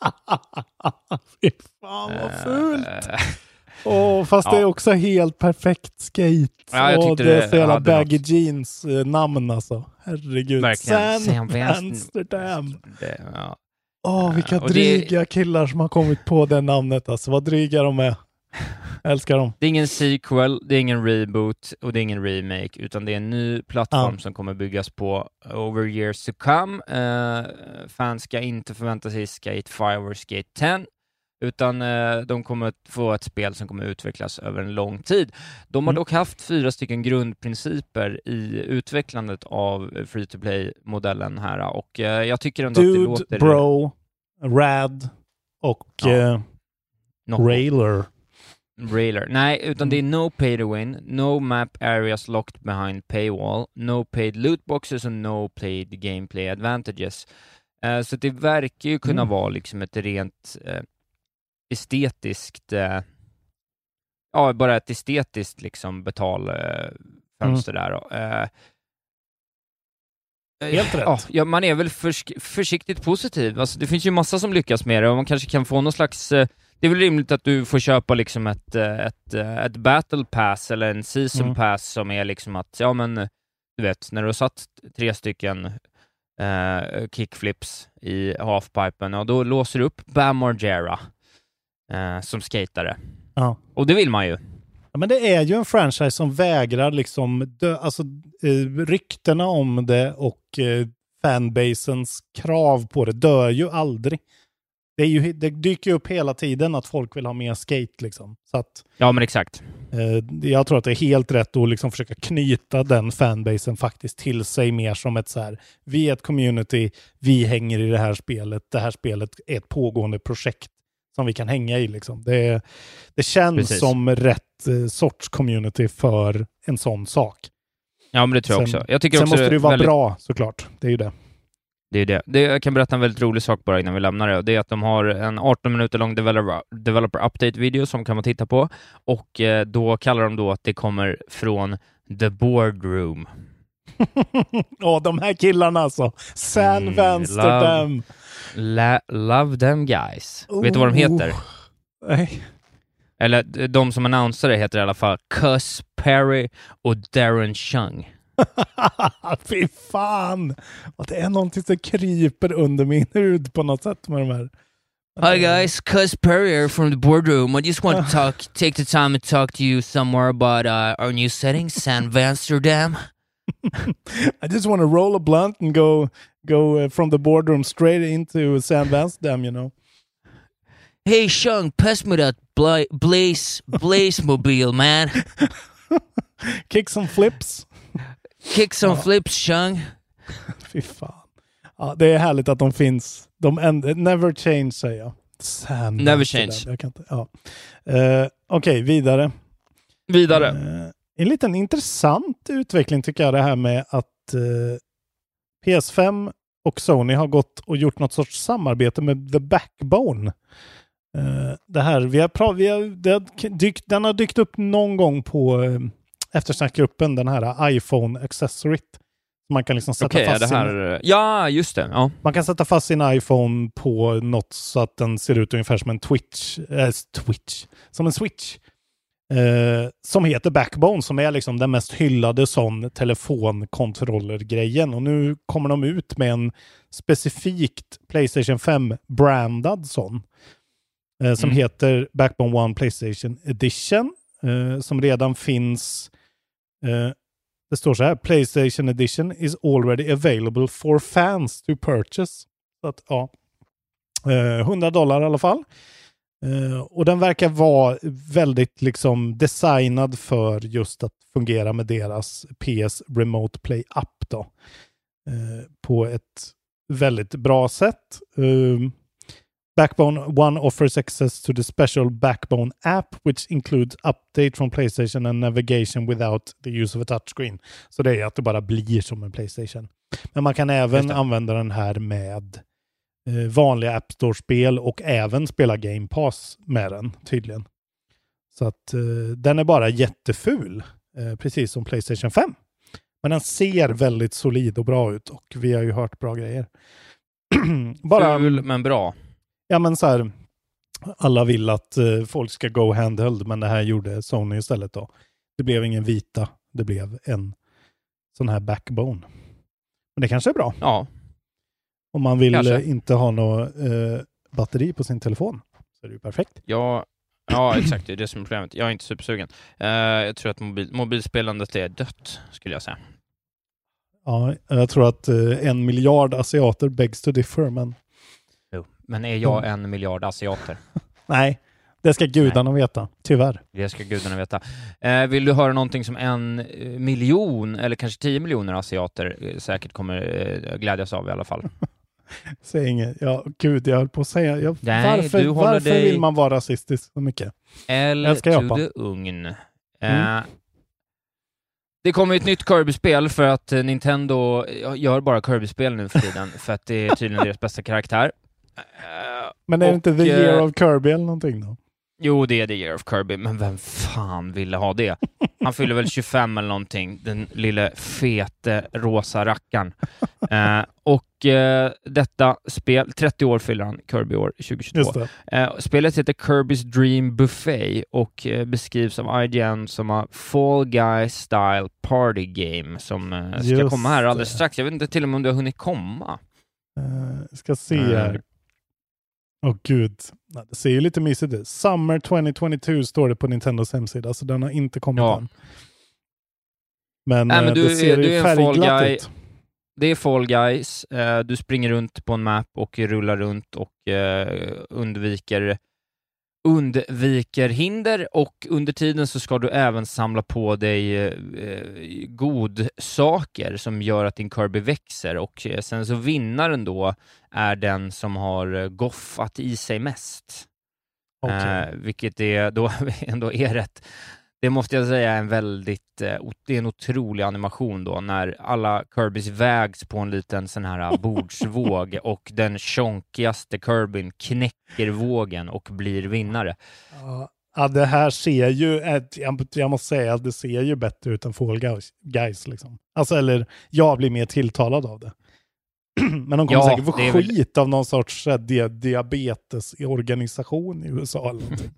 Fy fan vad fult. Fast det är också helt perfekt skate. Ja, jag tyckte det är så jävla baggy något. jeans namn alltså. Herregud. Verkligen. San Amsterdam. Ja. Vilka dryga killar som har kommit på det namnet alltså. Vad dryga de är. Älskar dem. Det är ingen sequel, det är ingen reboot och det är ingen remake, utan det är en ny plattform som kommer byggas på over years to come. Fans ska inte förvänta sig Skate 5 och Skate 10, utan de kommer att få ett spel som kommer utvecklas över en lång tid. De har dock haft 4 stycken grundprinciper i utvecklandet av free-to-play-modellen här, och jag tycker ändå att det låter... Bro, Rad och Railer. Nej, utan det är no pay to win, no map areas locked behind paywall, no paid loot boxes och no paid gameplay advantages. Så det verkar ju kunna vara liksom ett rent estetiskt bara ett estetiskt liksom betalfönster där då. Helt rätt. Ja, man är väl försiktigt positiv. Alltså, det finns ju massa som lyckas med det och man kanske kan få någon slags... det är väl rimligt att du får köpa liksom ett battle pass eller en season pass som är liksom att, ja men du vet, när du har satt 3 stycken kickflips i halfpipen, och då låser du upp Bam Margera som skatare. Ja. Och det vill man ju. Ja, men det är ju en franchise som vägrar liksom ryktena om det och fanbasens krav på det dör ju aldrig. Det dyker upp hela tiden att folk vill ha mer skate liksom. Så att, ja, men exakt. Jag tror att det är helt rätt att liksom försöka knyta den fanbasen faktiskt till sig mer som ett så här, vi är ett community, vi hänger i det här spelet är ett pågående projekt som vi kan hänga i liksom. Det känns som rätt sorts community för en sån sak. Ja, men det tror jag också. Jag tycker sen också måste det vara bra såklart. Det är ju det. Det är det. Jag kan berätta en väldigt rolig sak bara innan vi lämnar det. Det är att de har en 18 minuter lång developer update-video som kan man titta på. Och då kallar de då att det kommer från The Boardroom. De här killarna alltså. San Vansterdam. Love them guys. Vet du vad de heter? Nej. Eller de som annonserar heter i alla fall Cus Perry och Darren Chung. Fy fan! Och det är någonting som kryper under min hud på något sätt med de här. Hi guys, Cus Perry here from the Boardroom. I just want to take the time and talk to you somewhere about our new setting, San Vansterdam. I just want to roll a blunt and go from the Boardroom straight into San Vansterdam, you know. Hey Chung, pass me that Blaze mobile, man. Kick some flips. Kick some flips, Chung. Fy fan. Ja, det är härligt att de finns. Never change, säger jag. Sam, never change. Jag kan inte, ja. Okej, vidare. En liten intressant utveckling tycker jag det här med att PS5 och Sony har gått och gjort något sorts samarbete med The Backbone. Det här, den har dykt upp någon gång på eftersnackgruppen, den här iPhone accessoryt. Man kan liksom sätta fast ja, just det. Ja. Man kan sätta fast sin iPhone på något så att den ser ut ungefär som en som en Switch. Som heter Backbone, som är liksom den mest hyllade sån telefonkontroller-grejen. Och nu kommer de ut med en specifikt PlayStation 5-brandad sån. Som heter Backbone One PlayStation Edition. Som redan finns... det står så här: PlayStation Edition is already available for fans to purchase. Så att, ja. $100 i alla fall. Och den verkar vara väldigt liksom designad för just att fungera med deras PS Remote Play App då. På ett väldigt bra sätt. Backbone One offers access to the special Backbone app, which includes update from PlayStation and navigation without the use of a touchscreen. Så det är att det bara blir som en PlayStation. Men man kan även använda den här med vanliga App Store-spel och även spela Game Pass med den, tydligen. Så att den är bara jätteful, precis som PlayStation 5. Men den ser väldigt solid och bra ut och vi har ju hört bra grejer. Bara, ful men bra. Ja, men så här, alla vill att folk ska go handheld, men det här gjorde Sony istället då. Det blev ingen vita, det blev en sån här Backbone. Men det kanske är bra. Ja. Om man vill inte ha något batteri på sin telefon så är det ju perfekt. Ja, exakt. Det är det som är problemet. Jag är inte supersugen. Jag tror att mobilspelandet är dött, skulle jag säga. Ja, jag tror att 1 miljard asiater begs to differ, men... Jo, men är jag 1 miljard asiater? Nej, det ska gudarna veta, tyvärr. Det ska gudarna veta. Vill du höra någonting som 1 miljon eller kanske 10 miljoner asiater säkert kommer glädjas av i alla fall? Säg inget. Ja, gud, jag höll på att säga. Nej, varför vill man vara rasistisk så mycket? L to the ugn. Det kommer ett nytt Kirby-spel för att Nintendo gör bara Kirby-spel nu för tiden för att det är tydligen deras bästa karaktär. Men är det inte The Year of Kirby eller någonting då? Jo, det är The Year of Kirby, men vem fan ville ha det? Han fyller väl 25 eller någonting, den lille fete rosa rackaren. Detta spel, 30 år fyller han, Kirby år 2022. Spelet heter Kirby's Dream Buffet och beskrivs av IGN som en Fall Guy-style party game som ska komma här alldeles strax. Jag vet inte till och med om det har hunnit komma. Ska se här. Gud, det ser ju lite mysigt ut. Summer 2022 står det på Nintendos hemsida, så den har inte kommit än. Men det ser ju färgglatt ut. Det är Fall Guys. Du springer runt på en map och rullar runt och undviker hinder, och under tiden så ska du även samla på dig godsaker som gör att din Kirby växer, och sen så vinnaren då är den som har goffat i sig mest. Vilket är då ändå är rätt. Det måste jag säga är det är en otrolig animation då när alla Kirbys vägs på en liten sån här bordsvåg och den chonkigaste Kirbyn knäcker vågen och blir vinnare. Ja, det här ser ju, jag måste säga att det ser ju bättre ut än Fall Guys liksom. Alltså, eller jag blir mer tilltalad av det. Men de kommer säkert få skit av någon sorts diabetesorganisation i USA eller någonting.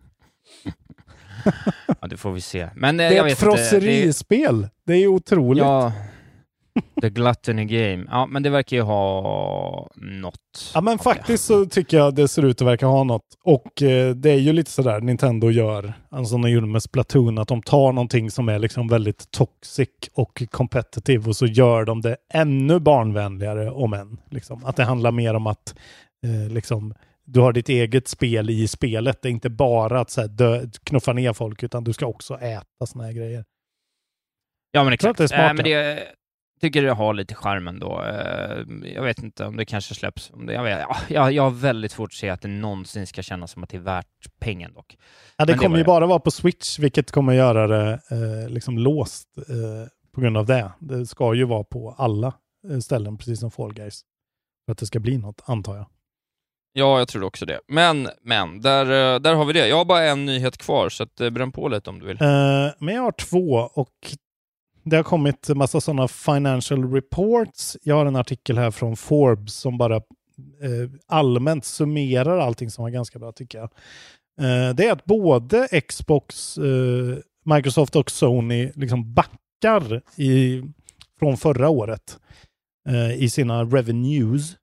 Ja, det får vi se. Men det är ett frosserispel. Det är ju otroligt. Ja, The Gluttony Game. Ja, men det verkar ju ha något. Ja, men faktiskt så tycker jag det ser ut att verka ha något. Och det är ju lite sådär Nintendo gör, alltså de gjorde med Splatoon, att de tar någonting som är liksom väldigt toxic och competitive och så gör de det ännu barnvänligare om än. Liksom. Att det handlar mer om att liksom du har ditt eget spel i spelet. Det är inte bara att så här, knuffa ner folk, utan du ska också äta såna här grejer. Ja, men exakt. Men det tycker jag har lite charmen då. Jag vet inte om det kanske släpps. Jag har väldigt svårt att se att det någonsin ska kännas som att det är värt pengen dock. Ja, det kommer ju bara vara på Switch, vilket kommer göra det liksom låst på grund av det. Det ska ju vara på alla ställen, precis som Fall Guys. För att det ska bli något, antar jag. Ja, jag tror också det. Men där har vi det. Jag har bara en nyhet kvar, så att bränn på lite om du vill. Men jag har 2 och det har kommit en massa sådana financial reports. Jag har en artikel här från Forbes som bara allmänt summerar allting som var ganska bra, tycker jag. Det är att både Xbox, Microsoft och Sony liksom backar från förra året i sina revenues.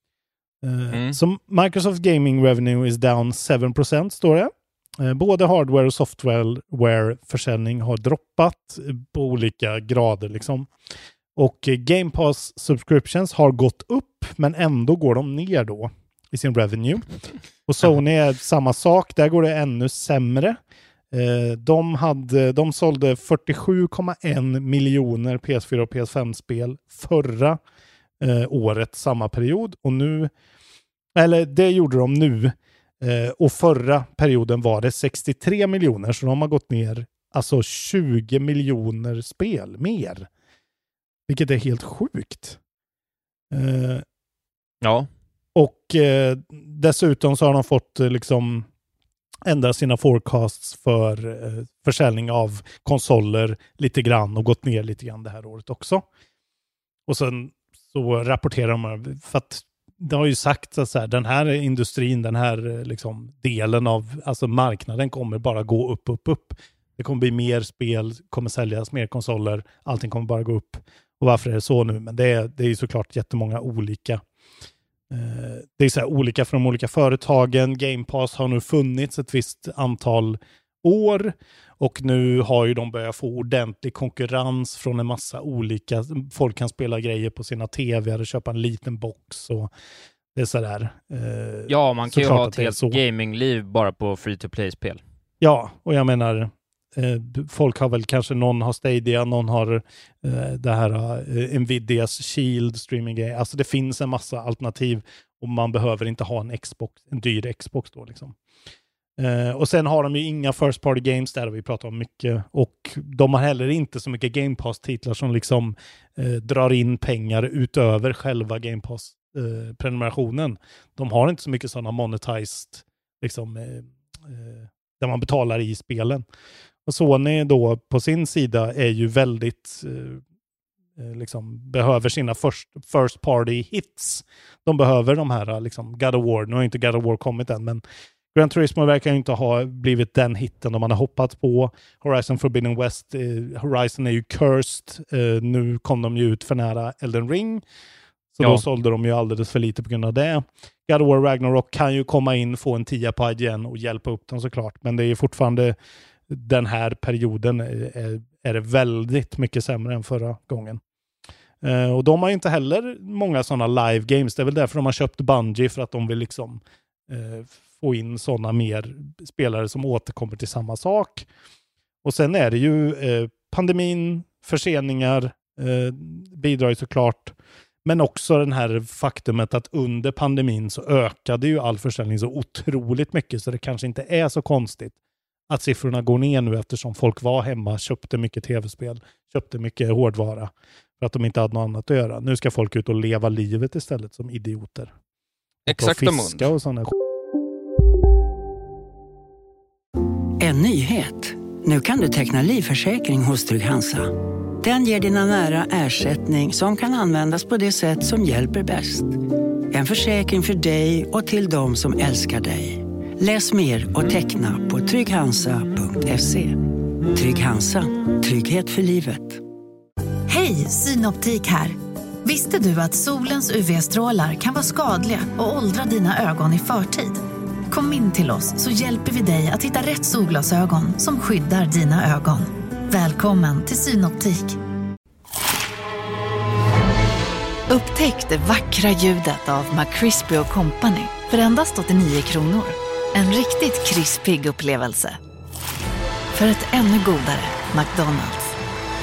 Så Microsoft Gaming Revenue is down 7%, står det. Både hardware och software-försäljning har droppat på olika grader liksom. Och Game Pass subscriptions har gått upp, men ändå går de ner då i sin revenue. Och Sony är samma sak, där går det ännu sämre. De sålde 47,1 miljoner PS4 och PS5-spel förra året, samma period. Och nu, eller det gjorde de nu. Och förra perioden var det 63 miljoner, så de har gått ner alltså 20 miljoner spel mer. Vilket är helt sjukt. Ja. Och dessutom så har de fått liksom ändra sina forecasts för försäljning av konsoler lite grann och gått ner lite grann det här året också. Och sen så rapporterar de, för att det har ju sagt att så här, den här industrin, den här liksom delen av alltså marknaden kommer bara gå upp. Det kommer bli mer spel, kommer säljas mer konsoler, allting kommer bara gå upp. Och varför är det så nu? Men det är ju såklart jättemånga olika. Det är så här olika från de olika företagen. Game Pass har nu funnits ett visst antal år och nu har ju de börjat få ordentlig konkurrens från en massa olika. Folk kan spela grejer på sina tv och köpa en liten box och det är sådär. Ja, man kan ju ha ett helt gamingliv bara på free-to-play-spel. Ja, och jag menar folk har väl kanske, någon har Stadia, någon har det här Nvidias Shield streaming-grej. Alltså det finns en massa alternativ och man behöver inte ha en dyr Xbox då liksom. Och sen har de ju inga first party games, där vi pratar om mycket, och de har heller inte så mycket Game Pass-titlar som liksom drar in pengar utöver själva Game Pass-prenumerationen. De har inte så mycket sådana monetized liksom, där man betalar i spelen. Och Sony då på sin sida är ju väldigt liksom behöver sina first party hits. De behöver de här liksom God of War. Nu har inte God of War kommit än, men Gran Turismo verkar ju inte ha blivit den hitten de har hoppats på. Horizon Forbidden West, Horizon är ju cursed. Nu kom de ju ut för nära Elden Ring. Så då sålde de ju alldeles för lite på grund av det. God of War Ragnarok kan ju komma in, få en 10 på IGN och hjälpa upp dem såklart. Men det är fortfarande den här perioden är det väldigt mycket sämre än förra gången. Och de har ju inte heller många sådana live games. Det är väl därför de har köpt Bungie, för att de vill liksom få in sådana mer spelare som återkommer till samma sak. Och sen är det ju pandemin, förseningar bidrar ju såklart. Men också den här faktumet att under pandemin så ökade ju all försäljning så otroligt mycket, så det kanske inte är så konstigt att siffrorna går ner nu, eftersom folk var hemma, köpte mycket tv-spel, köpte mycket hårdvara för att de inte hade något annat att göra. Nu ska folk ut och leva livet istället som idioter. Exakt, och fiska och sådana. En nyhet. Nu kan du teckna livförsäkring hos Trygg-Hansa. Den ger dina nära ersättning som kan användas på det sätt som hjälper bäst. En försäkring för dig och till de som älskar dig. Läs mer och teckna på trygghansa.se. Trygg-Hansa. Trygghet för livet. Hej, Synoptik här. Visste du att solens UV-strålar kan vara skadliga och åldra dina ögon i förtid? Kom in till oss så hjälper vi dig att hitta rätt solglasögon som skyddar dina ögon. Välkommen till Synoptik. Upptäck det vackra ljudet av McCrispy & Company för endast 89 kronor. En riktigt krispig upplevelse. För ett ännu godare McDonald's.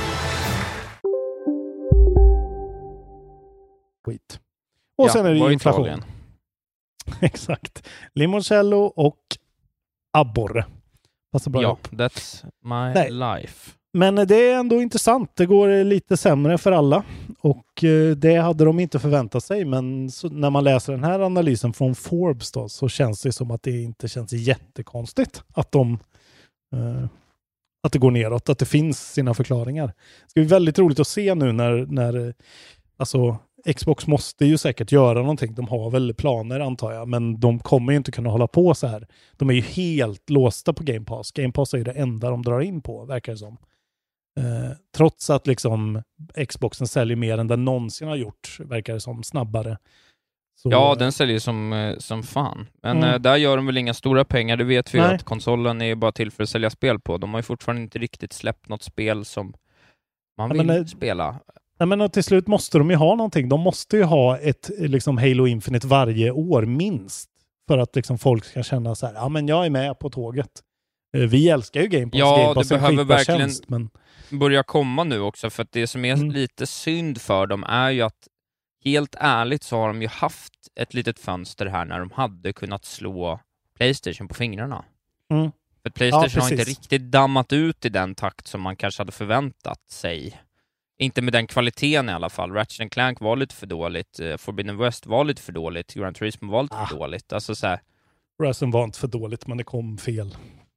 Skit. Och sen är det inflation. Exakt. Limoncello och abborre. Passar bra upp. That's my life. Men det är ändå intressant. Det går lite sämre för alla. Och det hade de inte förväntat sig. Men när man läser den här analysen från Forbes då, så känns det som att det inte känns jättekonstigt att att det går neråt. Att det finns sina förklaringar. Det ska bli väldigt roligt att se nu när alltså Xbox måste ju säkert göra någonting. De har väl planer antar jag. Men de kommer ju inte kunna hålla på så här. De är ju helt låsta på Game Pass. Game Pass är ju det enda de drar in på, verkar det som. Trots att liksom Xboxen säljer mer än den någonsin har gjort, verkar det som, snabbare. Så, ja, den säljer som fan. Men där gör de väl inga stora pengar. Det vet vi att konsolen är bara till för att sälja spel på. De har ju fortfarande inte riktigt släppt något spel som man vill spela. Nej, men till slut måste de ju ha någonting. De måste ju ha ett liksom Halo Infinite varje år minst. För att liksom folk ska känna så här, ja men jag är med på tåget. Vi älskar ju Game Pass. Ja, Game Pass det behöver verkligen tjänst, men börja komma nu också. För att det som är lite synd för dem är ju att helt ärligt så har de ju haft ett litet fönster här när de hade kunnat slå PlayStation på fingrarna. Mm. För PlayStation har inte riktigt dammat ut i den takt som man kanske hade förväntat sig. Inte med den kvaliteten i alla fall. Ratchet & Clank var lite för dåligt. Forbidden West var lite för dåligt. Gran Turismo var lite för dåligt. Alltså så här. Resident var inte för dåligt, men det kom fel.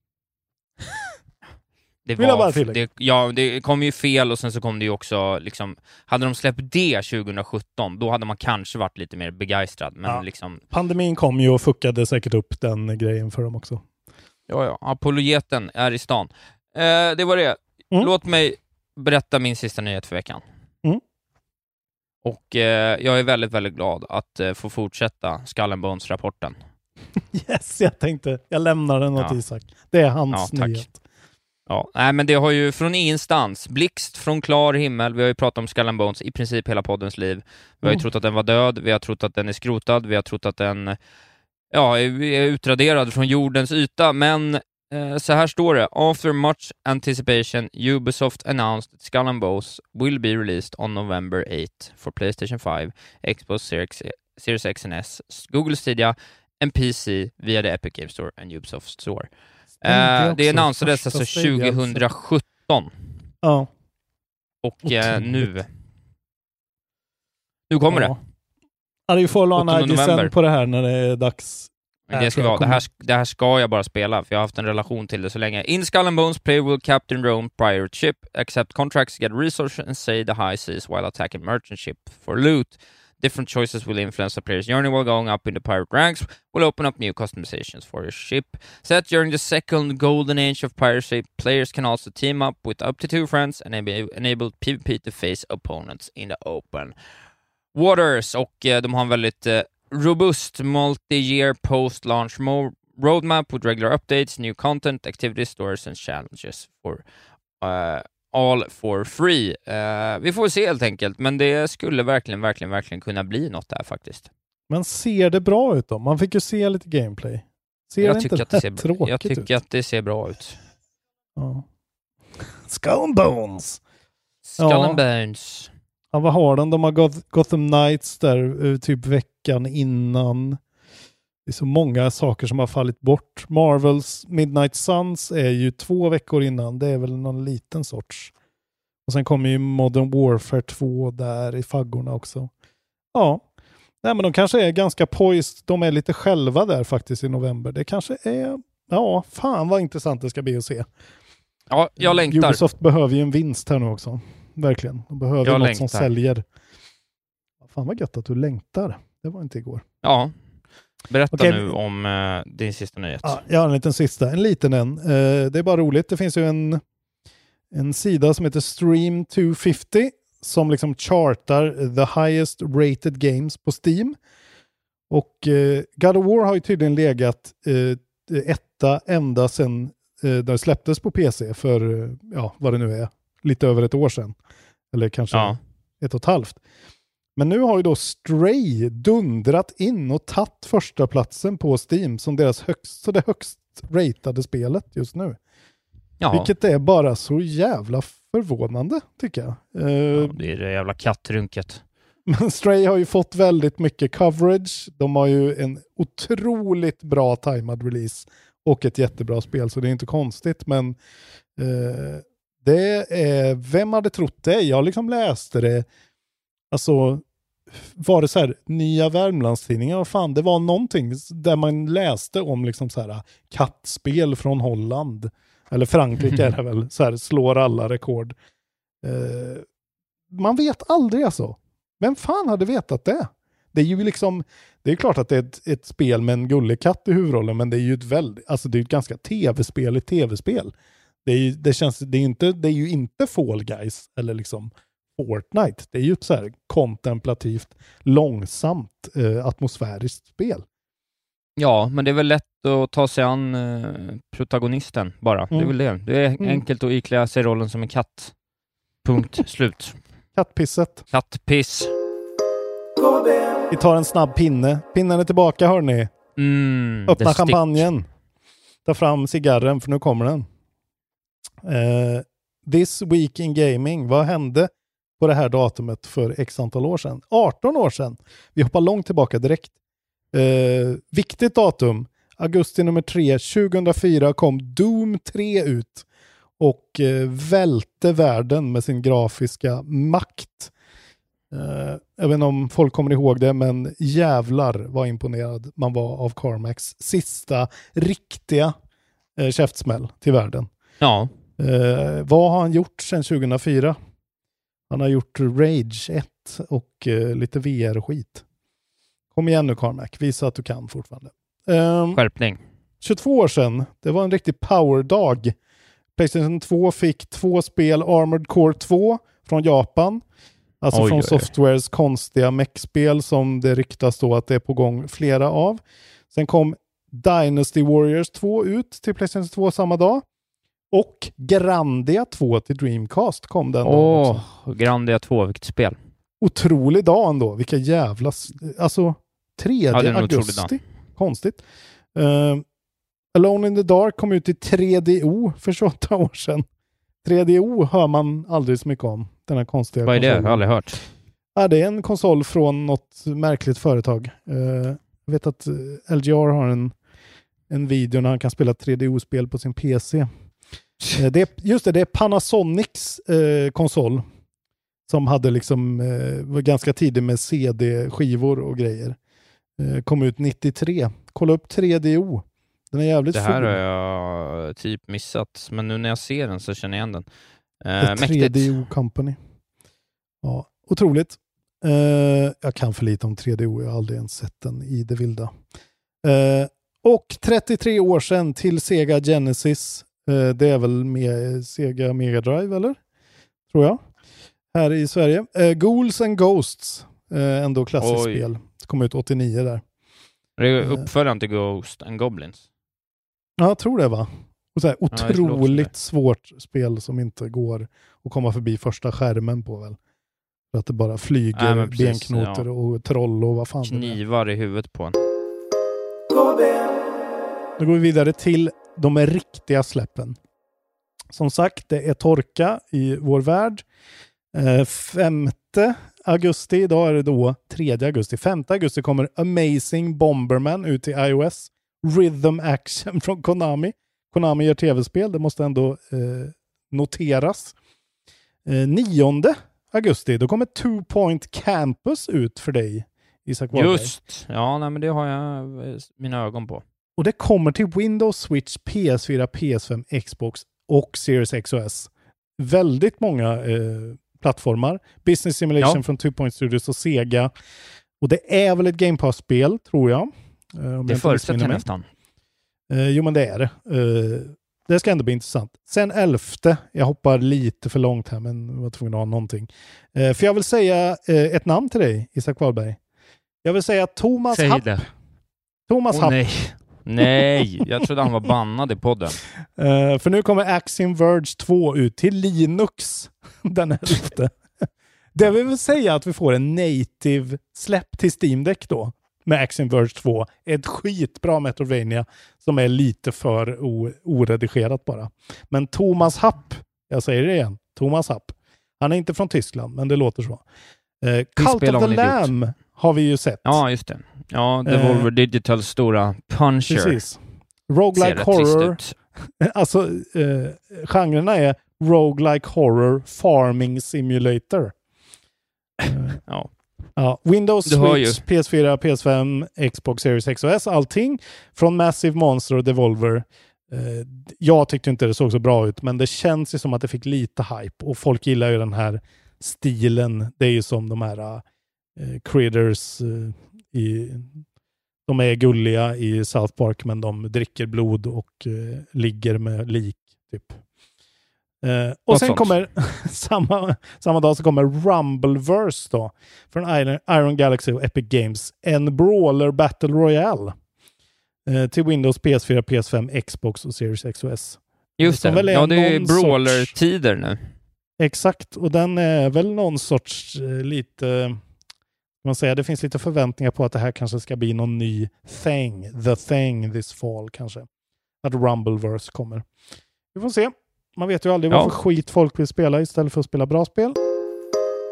Det kom ju fel och sen så kom det ju också liksom, hade de släppt det 2017 då hade man kanske varit lite mer begeistrad, men liksom pandemin kom ju och fuckade säkert upp den grejen för dem också. Ja, apologeten är i stan. Det var det. Låt mig berätta min sista nyhet för veckan. Och jag är väldigt, väldigt glad att få fortsätta Skull and Bones-rapporten. Yes, jag lämnar den åt Isak. Det är hans nyhet. Ja, nej, men det har ju från ingenstans, blixt från klar himmel. Vi har ju pratat om Skull and Bones i princip hela poddens liv. Vi har ju trott att den var död, vi har trott att den är skrotad, vi har trott att den är utraderad från jordens yta, men så här står det. After much anticipation, Ubisoft announced that Skull and Bones will be released on November 8 for PlayStation 5, Xbox Series X and S, Google Stadia and PC via the Epic Games Store and Ubisoft Store. Det annonserades alltså 2017. Ja. Och nu kommer det. Ja, det är follow on ID sen på det här när det är dags. Det här ska jag bara spela, för jag har haft en relation till det så länge. In Skull and Bones, player will captain Rome pirate ship, accept contracts, get resources and say the high seas while attacking merchant ship for loot. Different choices will influence the player's journey while going up in the pirate ranks, will open up new customizations for your ship. Set during the second golden age of piracy, players can also team up with up to 2 friends and enable PvP to face opponents in the open waters. Och de har en väldigt robust multi-year post-launch roadmap with regular updates, new content, activities, stories and challenges for all for free. Vi får se helt enkelt, men det skulle verkligen kunna bli något där faktiskt. Men ser det bra ut då? Man fick ju se lite gameplay. Jag tycker att det ser bra ut. Ja. Skull and Bones. Skull and Bones. Ja, vad har de? De har Gotham Knights där typ veckan innan. Det är så många saker som har fallit bort. Marvels Midnight Suns är ju 2 veckor innan. Det är väl någon liten sorts. Och sen kommer ju Modern Warfare 2 där i faggorna också. Ja. Nej, men de kanske är ganska poised. De är lite själva där faktiskt i november. Det kanske är... Ja, fan vad intressant det ska bli att se. Ja, jag längtar. Ubisoft behöver ju en vinst här nu också. Verkligen. De behöver något som säljer. Fan vad gött att du längtar. Det var inte igår. Ja. Berätta nu om din sista nyhet. Ja, jag har en liten sista. En liten en. Det är bara roligt. Det finns ju en sida som heter Stream 250 som liksom chartar the highest rated games på Steam. Och God of War har ju tydligen legat etta ända sedan det släpptes på PC för, vad det nu är, lite över ett år sedan. Eller kanske 1,5. Men nu har ju då Stray dundrat in och tagit första platsen på Steam som deras det högst ratade spelet just nu. Ja. Vilket är bara så jävla förvånande, tycker jag. Det är det jävla kattrunket. Men Stray har ju fått väldigt mycket coverage. De har ju en otroligt bra timad release och ett jättebra spel, så det är inte konstigt. Men det är... Vem hade trott det? Jag liksom läste det. Alltså, var det så här Nya Värmlandstidningar? Vad fan, det var någonting där man läste om liksom så här kattspel från Holland. Eller Frankrike är det väl. Så här, slår alla rekord. Man vet aldrig alltså. Vem fan hade vetat det? Det är ju liksom, det är klart att det är ett spel med en gullig katt i huvudrollen, men det är ju det är ett ganska tv-spel i tv-spel. Det är ju inte Fall Guys eller liksom Fortnite. Det är ju ett så här kontemplativt, långsamt, atmosfäriskt spel. Ja, men det är väl lätt att ta sig an protagonisten bara. Det är väl det. Det är enkelt att iklä sig rollen som en katt. Punkt. Slut. Kattpisset. Kattpiss. Vi tar en snabb pinne. Pinnen är tillbaka, hörni. Öppna champagnen. Ta fram cigarren, för nu kommer den. This Week in Gaming. Vad hände på det här datumet för x antal år sedan? 18 år sedan. Vi hoppar långt tillbaka direkt. Viktigt datum. augusti nummer 3, 2004 kom Doom 3 ut och välte världen med sin grafiska makt. Jag vet inte om folk kommer ihåg det, men jävlar vad imponerad man var av Carmacks sista riktiga käftsmäll till världen. Ja. Vad har han gjort sedan 2004? Han har gjort Rage 1 och lite VR-skit. Kom igen nu Carmack, visa att du kan fortfarande. Skärpning. 22 år sedan, det var en riktig powerdag. PlayStation 2 fick 2 spel Armored Core 2 från Japan. Alltså från Softwares konstiga mech-spel som det ryktas då att det är på gång flera av. Sen kom Dynasty Warriors 2 ut till PlayStation 2 samma dag. Och Grandia 2 till Dreamcast kom den dagen också. Grandia 2, vilket spel. Otrolig dag ändå. Vilka jävla... Alltså, 3 augusti. Konstigt. Alone in the Dark kom ut i 3DO för 28 år sedan. 3DO hör man aldrig så mycket om. Den här konstiga Vad är konsolen. det? Jag har aldrig hört. Ja, det är en konsol från något märkligt företag. Jag vet att LGR har en video när han kan spela 3DO-spel på sin PC. Det är Panasonics konsol som hade liksom var ganska tidig med CD-skivor och grejer. Kom ut 93. Kolla upp 3DO. Den är jävligt Det här full. har jag typ missat, men nu när jag ser den så känner jag igen den. 3DO Company. Ja, otroligt. Jag kan för lite om 3DO. Jag har aldrig ens sett den i det vilda. Och 33 år sedan till Sega Genesis. Det är väl med Sega Mega Drive, eller? Tror jag. Här i Sverige. Ghouls and Ghosts. Ändå klassiskt spel. Det kom ut 89 där. Det är uppföljaren till Ghost and Goblins. Ja, jag tror det, va? Och så här, otroligt svårt spel som inte går att komma förbi första skärmen på, väl? För att det bara flyger benknotor och troll och vad fan. Knivar i huvudet på en. Nu går vi vidare till de riktiga släppen. Som sagt, det är torka i vår värld. 5 augusti, idag är det då 3 augusti. 5 augusti kommer Amazing Bomberman ut till iOS. Rhythm Action från Konami. Konami gör tv-spel, det måste ändå noteras. 9 augusti, då kommer 2 Point Campus ut för dig, Isak Wahlberg. Just, ja, nej, men det har jag mina ögon på. Och det kommer till Windows, Switch, PS4, PS5, Xbox och Series X och S. Väldigt många plattformar. Business Simulation från 2 Point Studios och Sega. Och det är väl ett Game Pass-spel, tror jag. Det förutsätter jag nästan. Jo, men det är det. Det ska ändå bli intressant. Sen 11, jag hoppar lite för långt här, men jag var tvungen att ha någonting. För jag vill säga ett namn till dig, Isak Wahlberg. Jag vill säga Thomas Happ. Det. Thomas Happ. Nej, jag trodde han var bannad i podden. För nu kommer Axiom Verge 2 ut till Linux den 11. Det vill väl säga att vi får en native släpp till Steam Deck då med Axiom Verge 2. Ett skitbra Metroidvania som är lite för oredigerat bara. Men Thomas Happ, jag säger det igen, Thomas Happ. Han är inte från Tyskland, men det låter så. Cult of the Lamb har vi ju sett. Ja, just det. Ja, Devolver Digital stora Puncher. Precis. Roguelike horror. Alltså, genrerna är roguelike horror, farming simulator. Ja. Windows, Switch, PS4, PS5, Xbox Series X och S, allting från Massive Monster och Devolver. Jag tyckte inte det såg så bra ut, men det känns ju som att det fick lite hype och folk gillar ju den här stilen. Det är ju som de här critters de är gulliga i South Park, men de dricker blod och ligger med lik typ. Och sen kommer samma dag så kommer Rumbleverse då från Iron Galaxy och Epic Games, en brawler battle royale till Windows, PS4, PS5, Xbox och Series X och S. Just det. Ja, det är brawler-tider nu. Exakt, och den är väl någon sorts lite, man säger, det finns lite förväntningar på att det här kanske ska bli någon ny thing, the thing this fall kanske. Att Rumbleverse kommer. Vi får se. Man vet ju aldrig vad för skit folk vill spela istället för att spela bra spel.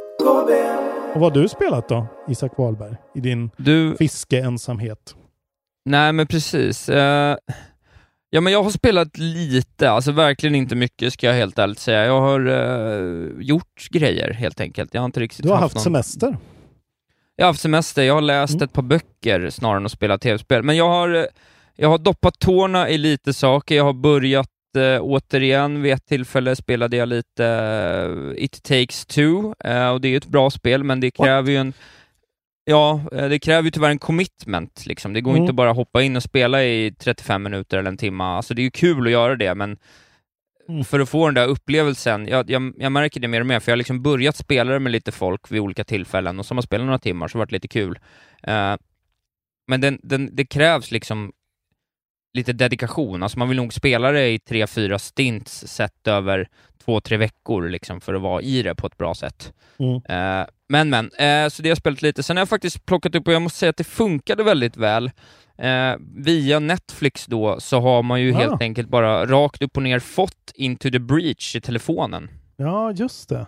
Och vad har du spelat då, Isak Wahlberg, i din fiskeensamhet? Nej, men precis. Ja, men jag har spelat lite, alltså verkligen inte mycket ska jag helt ärligt säga. Jag har gjort grejer helt enkelt. Jag har inte riktigt Du har haft semester? Jag har haft semester, jag har läst ett par böcker snarare än att spela tv-spel. Men jag har doppat tårna i lite saker. Jag har börjat återigen, vid ett tillfälle spelade jag lite It Takes Two, och det är ju ett bra spel, men det kräver ju en... Ja, det kräver ju tyvärr en commitment liksom. Det går inte bara att hoppa in och spela i 35 minuter eller en timme. Alltså det är ju kul att göra det, men för att få den där upplevelsen, jag märker det mer och mer, för jag har liksom börjat spela det med lite folk vid olika tillfällen, och som har spelat några timmar så har det varit lite kul. Men det krävs liksom lite dedikation. Alltså man vill nog spela det i 3-4 stints sett över 2-3 veckor liksom, för att vara i det på ett bra sätt. Men så det har jag spelat lite. Sen har jag faktiskt plockat upp, och jag måste säga att det funkade väldigt väl. Via Netflix då, så har man ju helt enkelt bara rakt upp och ner fått Into the Breach i telefonen. Ja, just det.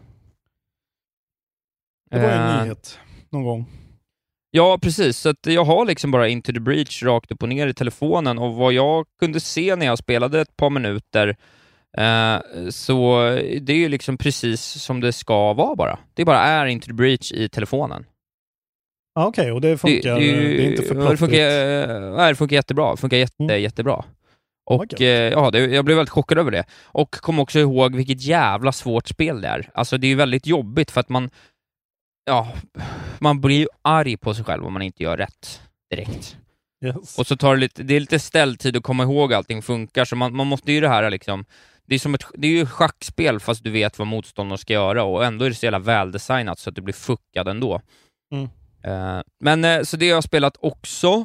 Det var en nyhet någon gång. Ja, precis. Så att jag har liksom bara Into the Breach rakt upp och ner i telefonen, och vad jag kunde se när jag spelade ett par minuter, så det är ju liksom precis som det ska vara bara. Det bara är Into the Breach i telefonen. Okej, och det funkar, det är inte för plottrigt. Det funkar jättebra. Det funkar jättebra. Och jag blev väldigt chockad över det. Och kom också ihåg vilket jävla svårt spel det är. Alltså det är ju väldigt jobbigt, för att man blir ju arg på sig själv om man inte gör rätt direkt. Yes. Och så tar det är lite ställtid att komma ihåg allting funkar, så man måste ju det här liksom, det är ju schackspel fast du vet vad motståndaren ska göra, och ändå är det så jävla väldesignat så att det blir fuckad ändå. Men så det har jag spelat också.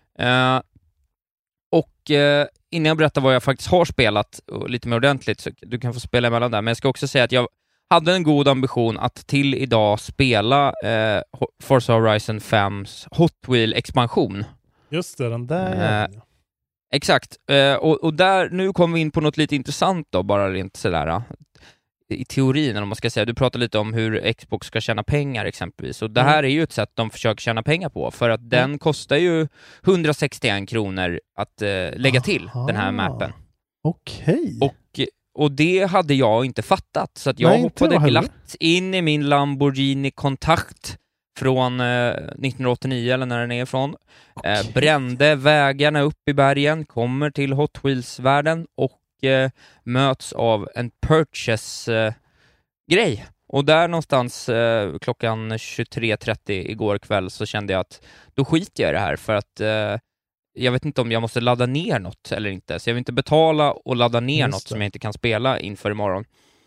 Och innan jag berättar vad jag faktiskt har spelat lite mer ordentligt, så du kan få spela emellan där, men jag ska också säga att jag hade en god ambition att till idag spela Forza Horizon 5s Hot Wheel-expansion. Just det, den där. Exakt. Och där, nu kommer vi in på något lite intressant då, bara rent sådär i teorin, om man ska säga. Du pratar lite om hur Xbox ska tjäna pengar exempelvis, och det här är ju ett sätt de försöker tjäna pengar på, för att den kostar ju 161 kronor att lägga till den här mappen. Okej. Och det hade jag inte fattat, så att jag hoppade glatt in i min Lamborghini Countach från 1989 eller när den är ifrån. Brände vägarna upp i bergen, kommer till Hot Wheels-världen och möts av en purchase-grej. Och där någonstans klockan 23:30 igår kväll så kände jag att då skiter jag i det här, för att jag vet inte om jag måste ladda ner något eller inte. Så jag vill inte betala och ladda ner något som jag inte kan spela inför imorgon.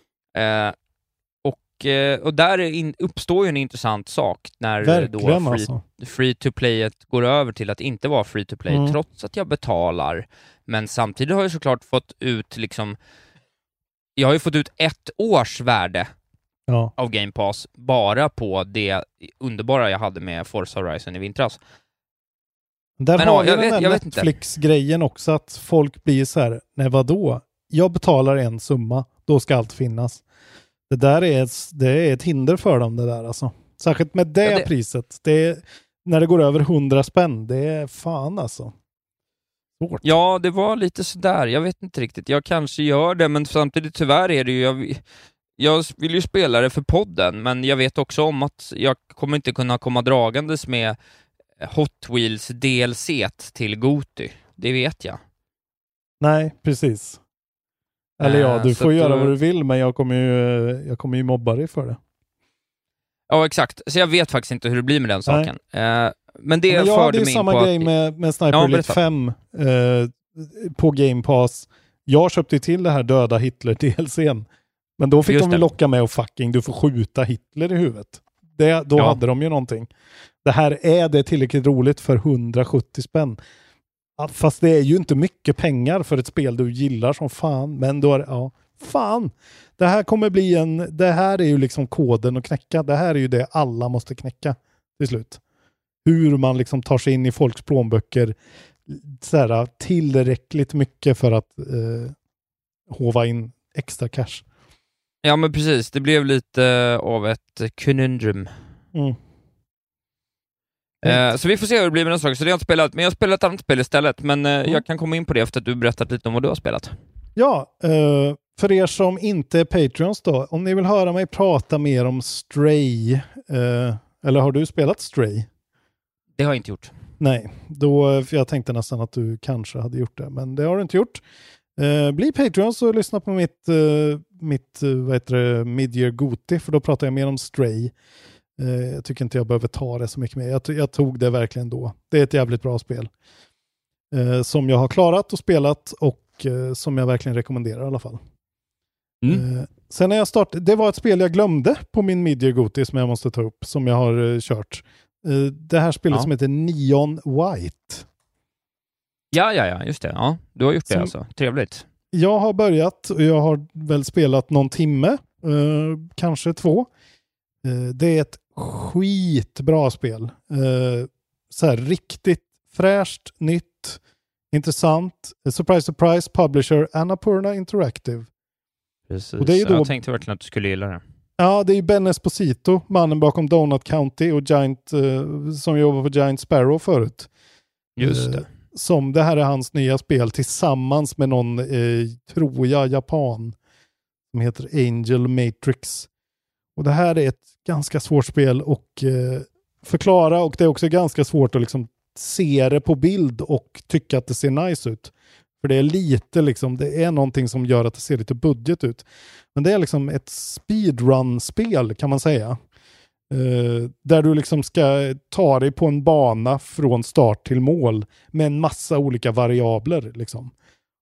Och där uppstår ju en intressant sak när verkligen, då free-to-playet går över till att inte vara free-to-play, trots att jag betalar. Men samtidigt har jag såklart fått ut liksom... Jag har ju fått ut 1 års värde av Game Pass bara på det underbara jag hade med Forza Horizon i vintras. Där har vi den där Netflix-grejen också, att folk blir så här: nej vadå? Jag betalar en summa, då ska allt finnas. Det är ett hinder för dem det där alltså. Särskilt med det priset. När det går över 100 spänn, det är fan alltså. Svårt. Ja, det var lite sådär. Jag vet inte riktigt. Jag kanske gör det, men samtidigt tyvärr är det ju... Jag vill ju spela det för podden, men jag vet också om att jag kommer inte kunna komma dragandes med Hot Wheels DLC till GOTY. Det vet jag. Nej, precis. Eller du får göra vad du vill, men jag kommer ju mobba dig för det. Ja, exakt. Så jag vet faktiskt inte hur det blir med den saken. Men det förde mig in på... Det är samma grej med Sniper Elite 5 på Game Pass. Jag köpte ju till det här döda Hitler-DLCn. Men då fick de locka med och du får skjuta Hitler i huvudet. Då hade de ju någonting. Det här är det tillräckligt roligt för 170 spänn. Fast det är ju inte mycket pengar för ett spel du gillar som fan. Men då är fan. Det här kommer bli det här är ju liksom koden att knäcka. Det här är ju det alla måste knäcka till slut. Hur man liksom tar sig in i folks plånböcker såhär, tillräckligt mycket för att hova in extra cash. Ja, men precis. Det blev lite av ett conundrum. Så vi får se hur det blir med nästa sak. Så det har jag inte spelat, men jag har spelat ett annat spel istället. Men jag kan komma in på det efter att du berättat lite om vad du har spelat. Ja, för er som inte är Patreons då, om ni vill höra mig prata mer om Stray, eller har du spelat Stray? Det har jag inte gjort. Nej, för jag tänkte nästan att du kanske hade gjort det, men det har du inte gjort. Bli Patreons och lyssna på mitt Midyear Goti, för då pratar jag mer om Stray. Jag tycker inte jag behöver ta det så mycket mer. Jag tog det verkligen då. Det är ett jävligt bra spel. Som jag har klarat och spelat och som jag verkligen rekommenderar i alla fall. Sen när jag startade, det var ett spel jag glömde på min Midyear Goti som jag måste ta upp, som jag har kört. Det här spelet som heter Neon White. Ja, just det. Ja, du har gjort det alltså. Trevligt. Jag har börjat och jag har väl spelat någon timme, kanske 2. Det är ett skitbra spel. Så här riktigt fräscht, nytt, intressant. Surprise, surprise, publisher Annapurna Interactive. Precis. Och det är ju då, jag tänkte verkligen att du skulle gilla det. Ja, det är Ben Esposito, mannen bakom Donut County och Giant, som jobbar på Giant Sparrow förut. Just det. Som det här är hans nya spel tillsammans med någon, tror jag, japan som heter Angel Matrix. Och det här är ett ganska svårt spel och förklara, och det är också ganska svårt att liksom se det på bild och tycka att det ser nice ut. För det är lite liksom, det är någonting som gör att det ser lite budget ut. Men det är liksom ett speedrun-spel kan man säga. Där du liksom ska ta dig på en bana från start till mål med en massa olika variabler liksom.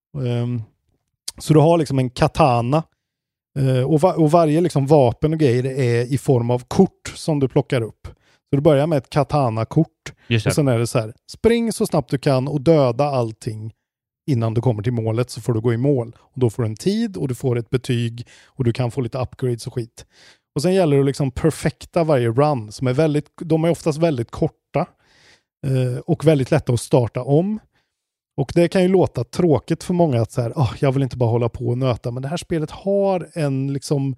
Så du har liksom en katana och varje liksom vapen och grejer är i form av kort som du plockar upp. Så du börjar med ett katana-kort och sen är det så här, spring så snabbt du kan och döda allting innan du kommer till målet, så får du gå i mål. Och då får du en tid och du får ett betyg och du kan få lite upgrades och skit. Och sen gäller det att liksom perfekta varje run som är de är oftast väldigt korta och väldigt lätta att starta om. Och det kan ju låta tråkigt för många att så här, jag vill inte bara hålla på och nöta, men det här spelet har en liksom,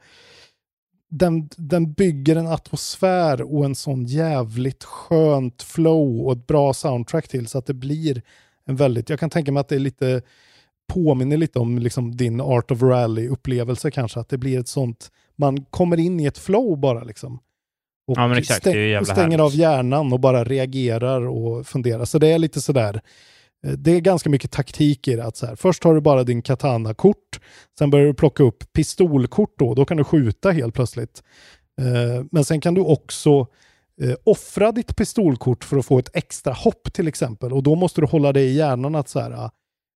den bygger en atmosfär och en sån jävligt skönt flow och ett bra soundtrack till, så att det blir en väldigt, jag kan tänka mig att det är lite, påminner lite om liksom din Art of Rally-upplevelse kanske, att det blir ett sånt, man kommer in i ett flow bara liksom. Och ja, men exakt, det är ju jävla stänger av hjärnan och bara reagerar och funderar. Så det är lite sådär, det är ganska mycket taktik i det. Att så här, först har du bara din katana-kort, sen börjar du plocka upp pistolkort då kan du skjuta helt plötsligt. Men sen kan du också offra ditt pistolkort för att få ett extra hopp till exempel. Och då måste du hålla det i hjärnan att så här,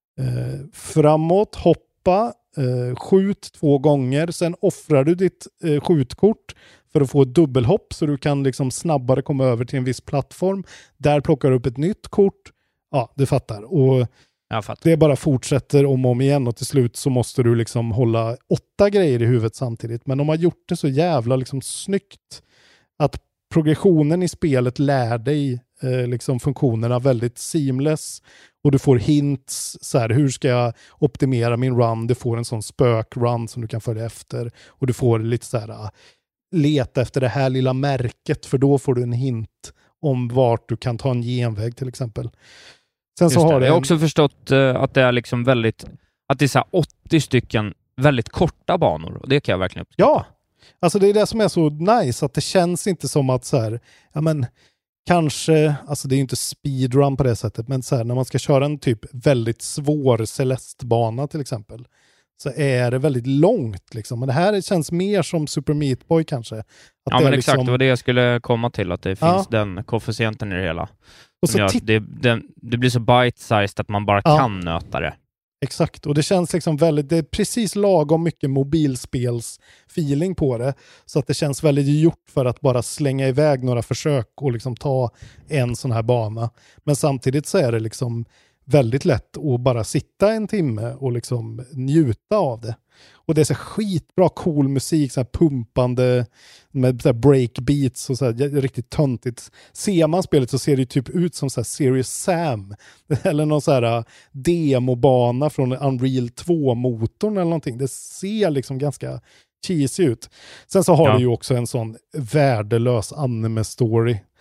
framåt, hoppa, skjut 2 gånger, sen offrar du ditt skjutkort för att få ett dubbelhopp så du kan liksom snabbare komma över till en viss plattform. Där plockar du upp ett nytt kort. Ja, du fattar. Och det bara fortsätter om och om igen, och till slut så måste du liksom hålla 8 grejer i huvudet samtidigt. Men de har gjort det så jävla liksom snyggt att progressionen i spelet lär dig liksom funktionerna väldigt seamless, och du får hints så här, hur ska jag optimera min run? Du får en sån spök-run som du kan följa efter, och du får lite så här, leta efter det här lilla märket, för då får du en hint om vart du kan ta en genväg till exempel. Sen så har jag har också förstått att det är liksom väldigt, att det är så här 80 stycken väldigt korta banor, och det kan jag verkligen uppskatta. Ja, alltså det är det som är så nice, att det känns inte som att så här, ja men kanske, alltså det är ju inte speedrun på det sättet, men så här, när man ska köra en typ väldigt svår Celeste-bana till exempel, så är det väldigt långt liksom. Men det här känns mer som Super Meat Boy kanske. Att ja, men exakt, liksom, det var det jag skulle komma till, att det finns den koefficienten i det hela. Och så det blir så bite-sized att man bara kan nöta det. Exakt, och det känns liksom väldigt, det är precis lagom mycket mobilspels-feeling på det, så att det känns väldigt gjort för att bara slänga iväg några försök och liksom ta en sån här bana. Men samtidigt så är det liksom väldigt lätt att bara sitta en timme och liksom njuta av det. Och det är så skitbra cool musik, så här pumpande med så här breakbeats och så här riktigt töntigt. Ser man spelet så ser det typ ut som så här Serious Sam eller någon så här demobana från Unreal 2-motorn eller någonting. Det ser liksom ganska cheesy ut. Sen så har det ju också en sån värdelös anime-story.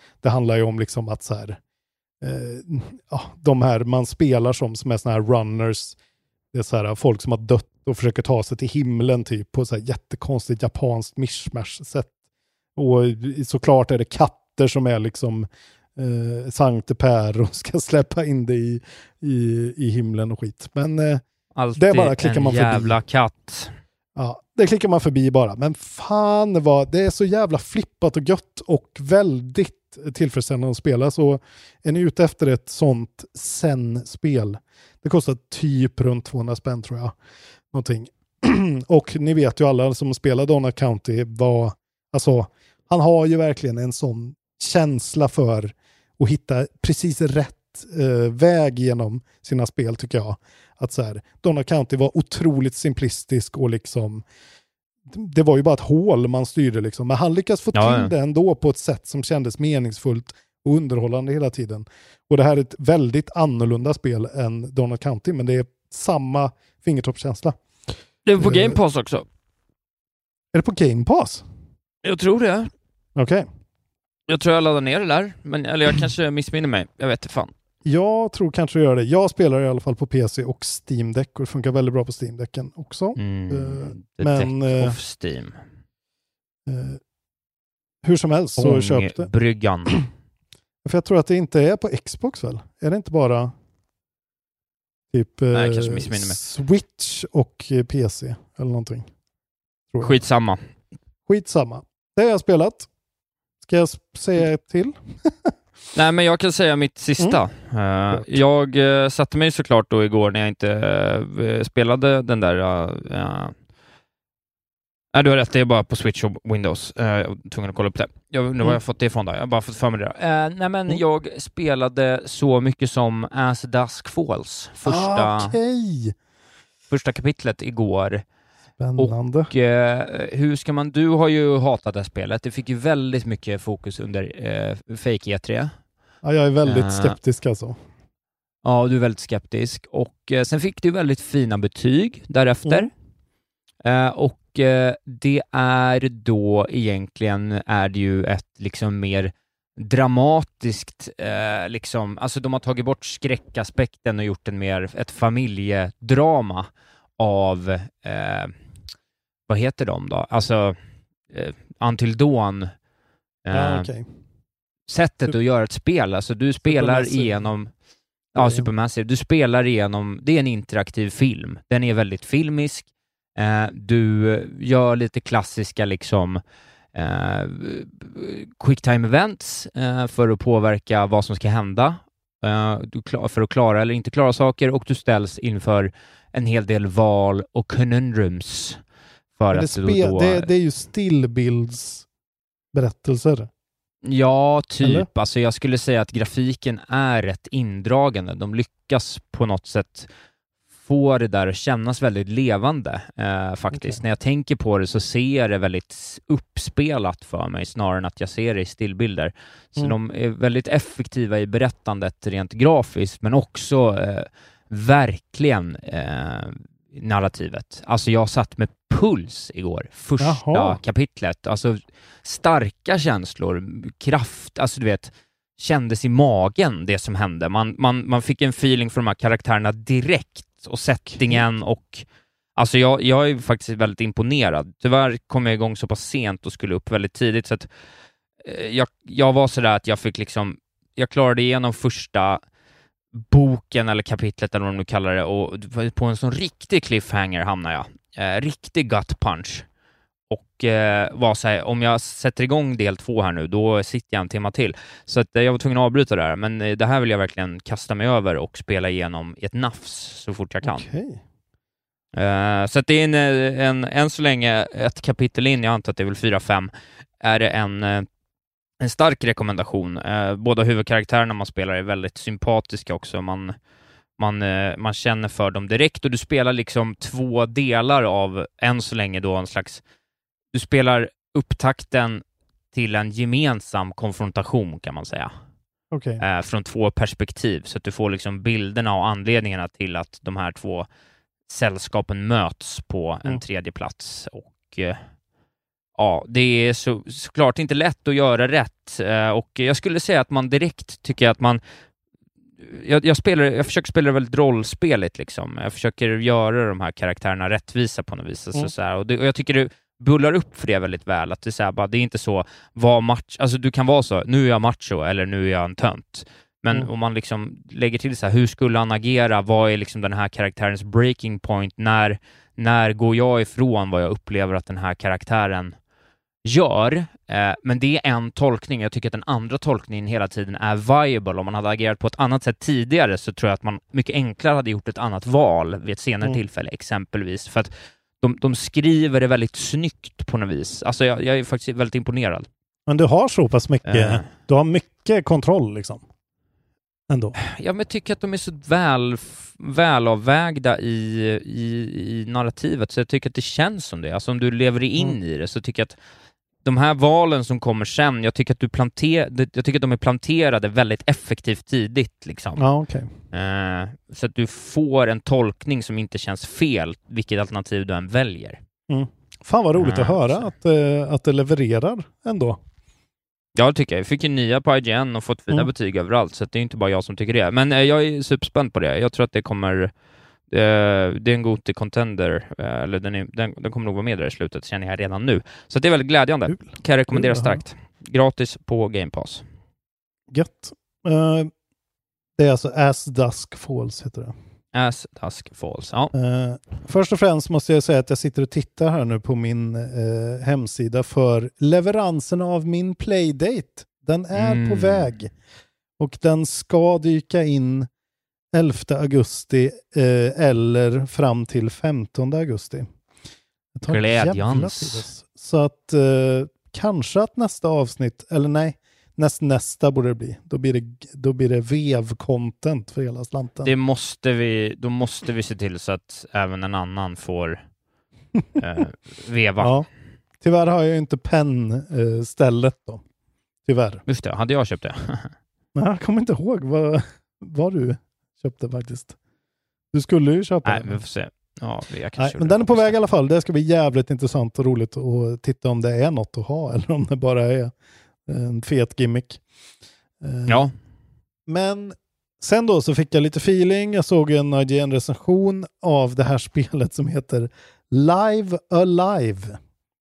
det handlar ju om liksom att så här, de här man spelar som är såna här runners, det är så här folk som har dött och försöker ta sig till himlen typ på så här jättekonstigt japanskt mishmash sätt. Och såklart är det katter som är liksom Sankte Per och ska släppa in det i himlen och skit. Men det är bara klickar man förbi. Jävla katt. Ja, det klickar man förbi bara. Men fan det är så jävla flippat och gött och väldigt tillfredsställande att spela. Så är ni ute efter ett sånt Zen-spel. Det kostar typ runt 200 spänn tror jag. Någonting. Och ni vet ju alla som spelar Donut County alltså han har ju verkligen en sån känsla för att hitta precis rätt väg genom sina spel tycker jag. Att så här, Donut County var otroligt simplistisk och liksom det var ju bara ett hål man styrde liksom. Men han lyckas få till det ändå på ett sätt som kändes meningsfullt och underhållande hela tiden. Och det här är ett väldigt annorlunda spel än Donut County, men det är samma fingertoppskänsla. Det är på Game Pass också. Är det på Game Pass? Jag tror det. Okej. Jag tror jag laddar ner det där. Eller jag kanske missminner mig. Jag vet inte fan. Jag tror kanske jag gör det. Jag spelar i alla fall på PC och Steam Deck. Och det funkar väldigt bra på Steam Decken också. The Deck of Steam. Hur som helst så köp det. Bryggan. För jag tror att det inte är på Xbox väl? Är det inte bara typ nej, kanske missminner mig. Switch och PC eller någonting? Skitsamma. Det har jag spelat. Ska jag säga ett till? Nej, men jag kan säga mitt sista. Jag satte mig såklart då igår när jag inte spelade den där... Nej, du har rätt. Det är bara på Switch och Windows. Jag var tvungen att kolla upp det. Nu har jag fått det ifrån där. Jag har bara fått för mig det. Nej, men jag spelade så mycket som As Dusk Falls. Första kapitlet igår. Spännande. Och hur ska man... Du har ju hatat det spelet. Det fick ju väldigt mycket fokus under Fake E3. Ja, jag är väldigt skeptisk alltså. Ja, du är väldigt skeptisk. Och sen fick du väldigt fina betyg därefter. Och det är då egentligen är det ju ett liksom mer dramatiskt liksom, alltså de har tagit bort skräckaspekten och gjort ett familjedrama av vad heter de då? Alltså Until Dawn sättet att göra ett spel. Alltså du spelar igenom Supermassive. Du spelar igenom, det är en interaktiv film. Den är väldigt filmisk. Du gör lite klassiska liksom quick time events för att påverka vad som ska hända. För att klara eller inte klara saker, och du ställs inför en hel del val och conundrums. För att det är ju stillbildsberättelser. Ja, typ. Eller? Alltså jag skulle säga att grafiken är rätt indragande. De lyckas på något sätt få det där att kännas väldigt levande faktiskt. Okay. När jag tänker på det så ser det väldigt uppspelat för mig snarare än att jag ser det i stillbilder. Så de är väldigt effektiva i berättandet rent grafiskt, men också verkligen narrativet. Alltså jag satt med puls igår, första kapitlet. Alltså starka känslor, kraft, alltså du vet, kändes i magen det som hände. Man fick en feeling för de här karaktärerna direkt, och settingen och alltså jag är faktiskt väldigt imponerad. Tyvärr kom jag igång så pass sent och skulle upp väldigt tidigt, så att jag var sådär att jag fick liksom, jag klarade igenom första boken eller kapitlet eller vad de nu kallar det, och på en sån riktig cliffhanger hamnade jag. Riktig gut punch. Och var så här, om jag sätter igång del 2 här nu, då sitter jag en timme till. Så att jag var tvungen att avbryta det här. Men det här vill jag verkligen kasta mig över och spela igenom i ett nafs så fort jag kan. Okay. Så att det är än så länge ett kapitel in, jag antar att det är väl 4-5, är det en stark rekommendation. Båda huvudkaraktärerna man spelar är väldigt sympatiska också. Man känner för dem direkt, och du spelar liksom 2 delar av än så länge då en slags, du spelar upptakten till en gemensam konfrontation kan man säga. Okay. Från 2 perspektiv, så att du får liksom bilderna och anledningarna till att de här 2 sällskapen möts på en tredje plats. Och ja, det är såklart inte lätt att göra rätt rätt. Och jag skulle säga att man direkt tycker att man... Jag försöker spela väldigt rollspeligt liksom. Jag försöker göra de här karaktärerna rättvisa på något vis. Så här. Och jag tycker det bullar upp för det väldigt väl. Att det är, så här, bara, det är inte så, alltså du kan vara så, nu är jag macho eller nu är jag en tönt. Men om man liksom lägger till så här, hur skulle han agera? Vad är liksom den här karaktärens breaking point? När går jag ifrån vad jag upplever att den här karaktären gör? Men det är en tolkning. Jag tycker att den andra tolkningen hela tiden är viable. Om man hade agerat på ett annat sätt tidigare så tror jag att man mycket enklare hade gjort ett annat val vid ett senare tillfälle, exempelvis. För att de skriver det väldigt snyggt på något vis. Alltså jag är faktiskt väldigt imponerad. Men du har så pass mycket, du har mycket kontroll liksom. Ändå. Ja, men jag tycker att de är så välavvägda i narrativet, så jag tycker att det känns som det. Alltså om du lever in i det, så tycker jag att de här valen som kommer sen, jag tycker att de är planterade väldigt effektivt tidigt liksom. Ja, okej. Så att du får en tolkning som inte känns fel, vilket alternativ du än väljer. Fan vad roligt att höra att det levererar ändå. Ja, det tycker jag. Jag fick ju 9 på IGN och fått fina betyg överallt, så att det är inte bara jag som tycker det. Men jag är superspänd på det. Jag tror att det kommer... det är en god contender, eller den kommer nog vara med där i slutet, känner jag redan nu. Så det är väldigt glädjande. Kan jag rekommendera starkt. Gratis på Game Pass. Gött. Det är alltså As Dusk Falls heter det. As Dusk Falls, ja. Först och främst måste jag säga att jag sitter och tittar här nu på min hemsida för leveransen av min Playdate. Den är på väg. Och den ska dyka in 11 augusti eller fram till 15 augusti. Glädjans. Så att kanske att nästa avsnitt, eller nej, nästa borde det bli. Då blir det vev-content för hela slanten. Då måste vi se till så att även en annan får veva. Ja. Tyvärr har jag ju inte pennstället då. Tyvärr. Just det, hade jag köpt det? Nej, jag kommer inte ihåg vad du köpte faktiskt. Du skulle ju köpa det. Nej, vi får se. Ja, men den är på väg i alla fall. Det ska bli jävligt intressant och roligt att titta om det är något att ha eller om det bara är en fet gimmick. Ja. Men sen då så fick jag lite feeling. Jag såg en IGN-recension av det här spelet som heter Live Alive.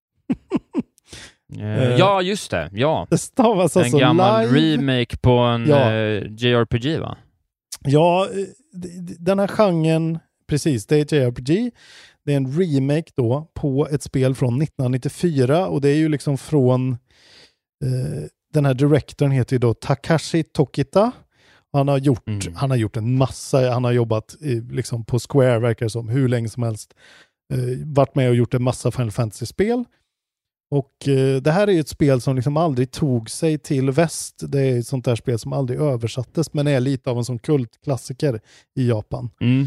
Ja, just det. Ja. Det stavas alltså en gammal live... remake på en JRPG, va? Ja, den här genren, precis, det är JRPG. Det är en remake då på ett spel från 1994 och det är ju liksom från den här directorn heter ju då Takashi Tokita. Han har gjort en massa, han har jobbat liksom på Square, verkar som, hur länge som helst. Varit med och gjort en massa Final Fantasy-spel. Och det här är ju ett spel som liksom aldrig tog sig till väst. Det är ett sånt där spel som aldrig översattes, men är lite av en sån kultklassiker i Japan.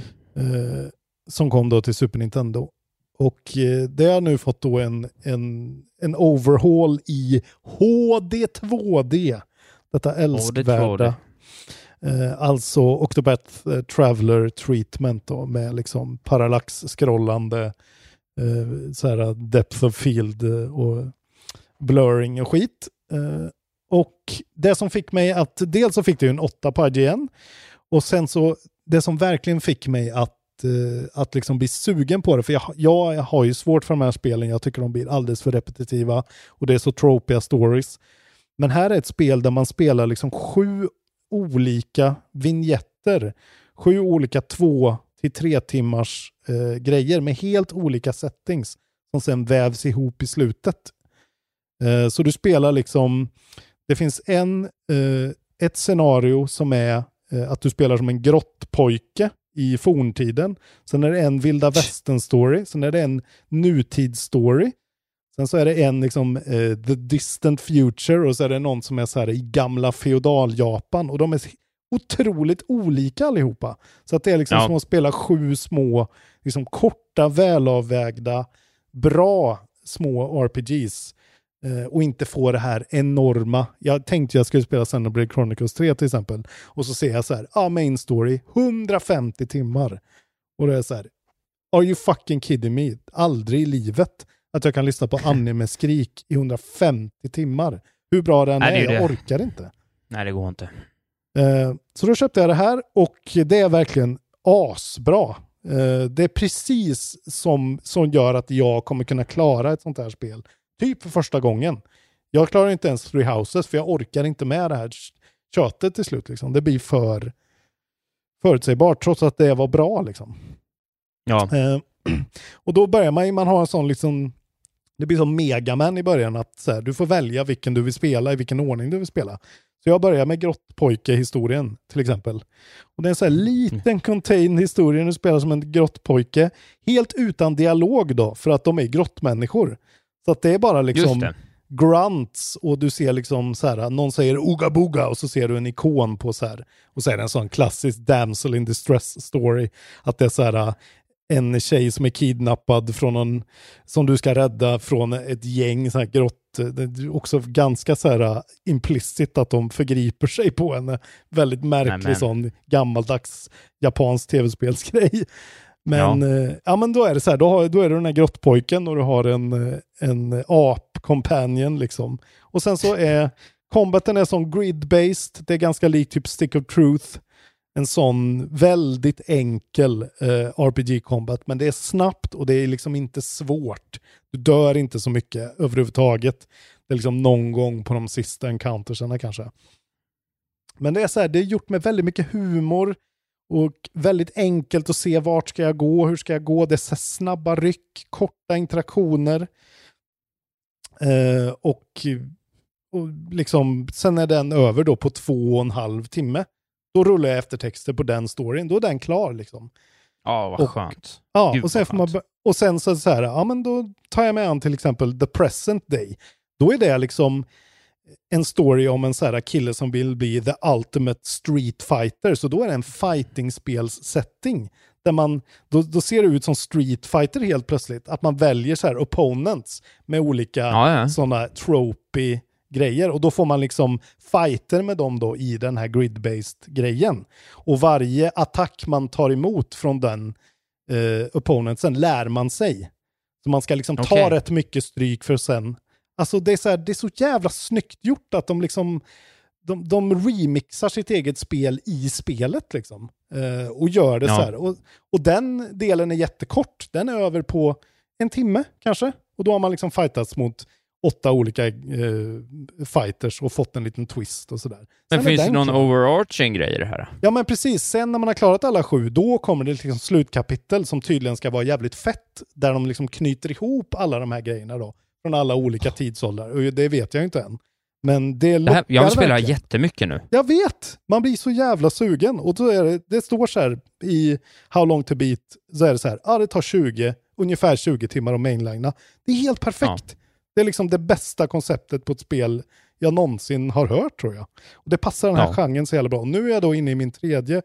Som kom då till Super Nintendo. Och det har nu fått då en overhaul i HD 2D. Detta älskvärda. Alltså Octopath Traveler Treatment då, med liksom parallax-scrollande så här depth of field och blurring och skit. Och det som fick mig att, dels så fick det ju en 8 på IGN, och sen så det som verkligen fick mig att liksom bli sugen på det, för jag har ju svårt för de här spelen, jag tycker de blir alldeles för repetitiva och det är så tropiga stories. Men här är ett spel där man spelar liksom 7 olika vignetter, 7 olika 2-3 timmars grejer med helt olika settings som sen vävs ihop i slutet. Så du spelar liksom, det finns ett scenario som är att du spelar som en grottpojke i forntiden. Sen är det en vilda västern story, sen är det en nutidsstory. Sen så är det en liksom the distant future, och så är det någon som är så här i gamla feodal-Japan, och de är otroligt olika allihopa. Så att det är liksom som att spela 7 små liksom korta, välavvägda, bra små RPGs och inte få det här enorma. Jag tänkte jag skulle spela Xenoblade Chronicles 3 till exempel, och så ser jag så här, main story 150 timmar, och det är så här, are you fucking kidding me? Aldrig i livet att jag kan lyssna på anime-skrik i 150 timmar. hur bra den är. Jag orkar inte. Nej, det går inte. Så då köpte jag det här och det är verkligen asbra. Det är precis som gör att jag kommer kunna klara ett sånt här spel. Typ för första gången. Jag klarar inte ens Three Houses för jag orkar inte med det här köttet till slut. Liksom. Det blir för förutsägbart trots att det var bra. Liksom. Ja. Och då börjar man har en sån liksom, det blir som Megaman i början att så här, du får välja vilken du vill spela, i vilken ordning du vill spela. Så jag börjar med grottpojke-historien till exempel. Och det är en så här liten contained historia. Du spelar som en grottpojke. Helt utan dialog då. För att de är grottmänniskor. Så att det är bara liksom grunts. Och du ser liksom så här. Någon säger Ooga Booga. Och så ser du en ikon på så här. Och så är det en sån klassisk damsel in distress story. Att det är så här. En tjej som är kidnappad från någon, som du ska rädda från ett gäng så här grott. Det är också ganska så här implicit att de förgriper sig på en väldigt märklig sån gammaldags japansk tv-spelsgrej. Men men då är det så här, då är det den här grottpojken och du har en ap-companion liksom. Och sen så är combaten är som grid-based, det är ganska likt typ Stick of Truth. En sån väldigt enkel RPG-combat. Men det är snabbt och det är liksom inte svårt. Du dör inte så mycket överhuvudtaget. Det är liksom någon gång på de sista encountersarna kanske. Men det är så här, det är gjort med väldigt mycket humor. Och väldigt enkelt att se vart ska jag gå, hur ska jag gå. Det är så snabba ryck, korta interaktioner. Och liksom, sen är den över då på 2,5 timme. Då rullar jag eftertexter på den storyn. Då är den klar liksom. Ja, vad skönt. Ja, Gud, och sen får man och sen så här, ja men då tar jag mig an till exempel The Present Day. Då är det liksom en story om en så här kille som vill bli the ultimate street fighter. Så då är det en fighting-spels-setting. Där man, då ser det ut som Street Fighter helt plötsligt. Att man väljer så här opponents med olika sådana tropy grejer. Och då får man liksom fighter med dem då i den här grid-based grejen. Och varje attack man tar emot från den opponentsen lär man sig. Så man ska liksom ta rätt mycket stryk för sen. Alltså det är så här, det är så jävla snyggt gjort att de liksom de remixar sitt eget spel i spelet liksom. Och gör det så här. Och den delen är jättekort. Den är över på 1 timme kanske. Och då har man liksom fightats mot 8 olika fighters och fått en liten twist och sådär. Men finns det någon overarching grej i det här? Ja men precis, sen när man har klarat alla 7 då kommer det liksom slutkapitel som tydligen ska vara jävligt fett där de liksom knyter ihop alla de här grejerna då från alla olika tidsåldrar. Och det vet jag inte än. Men det här, jag vill spela jättemycket nu. Jag vet! Man blir så jävla sugen. Och då är det står så här i How Long To Beat så är det så här, det tar ungefär 20 timmar att mainlina. Det är helt perfekt. Ja. Det är liksom det bästa konceptet på ett spel jag någonsin har hört tror jag. Och det passar den här genren så jävla bra. Och nu är jag då inne i min tredje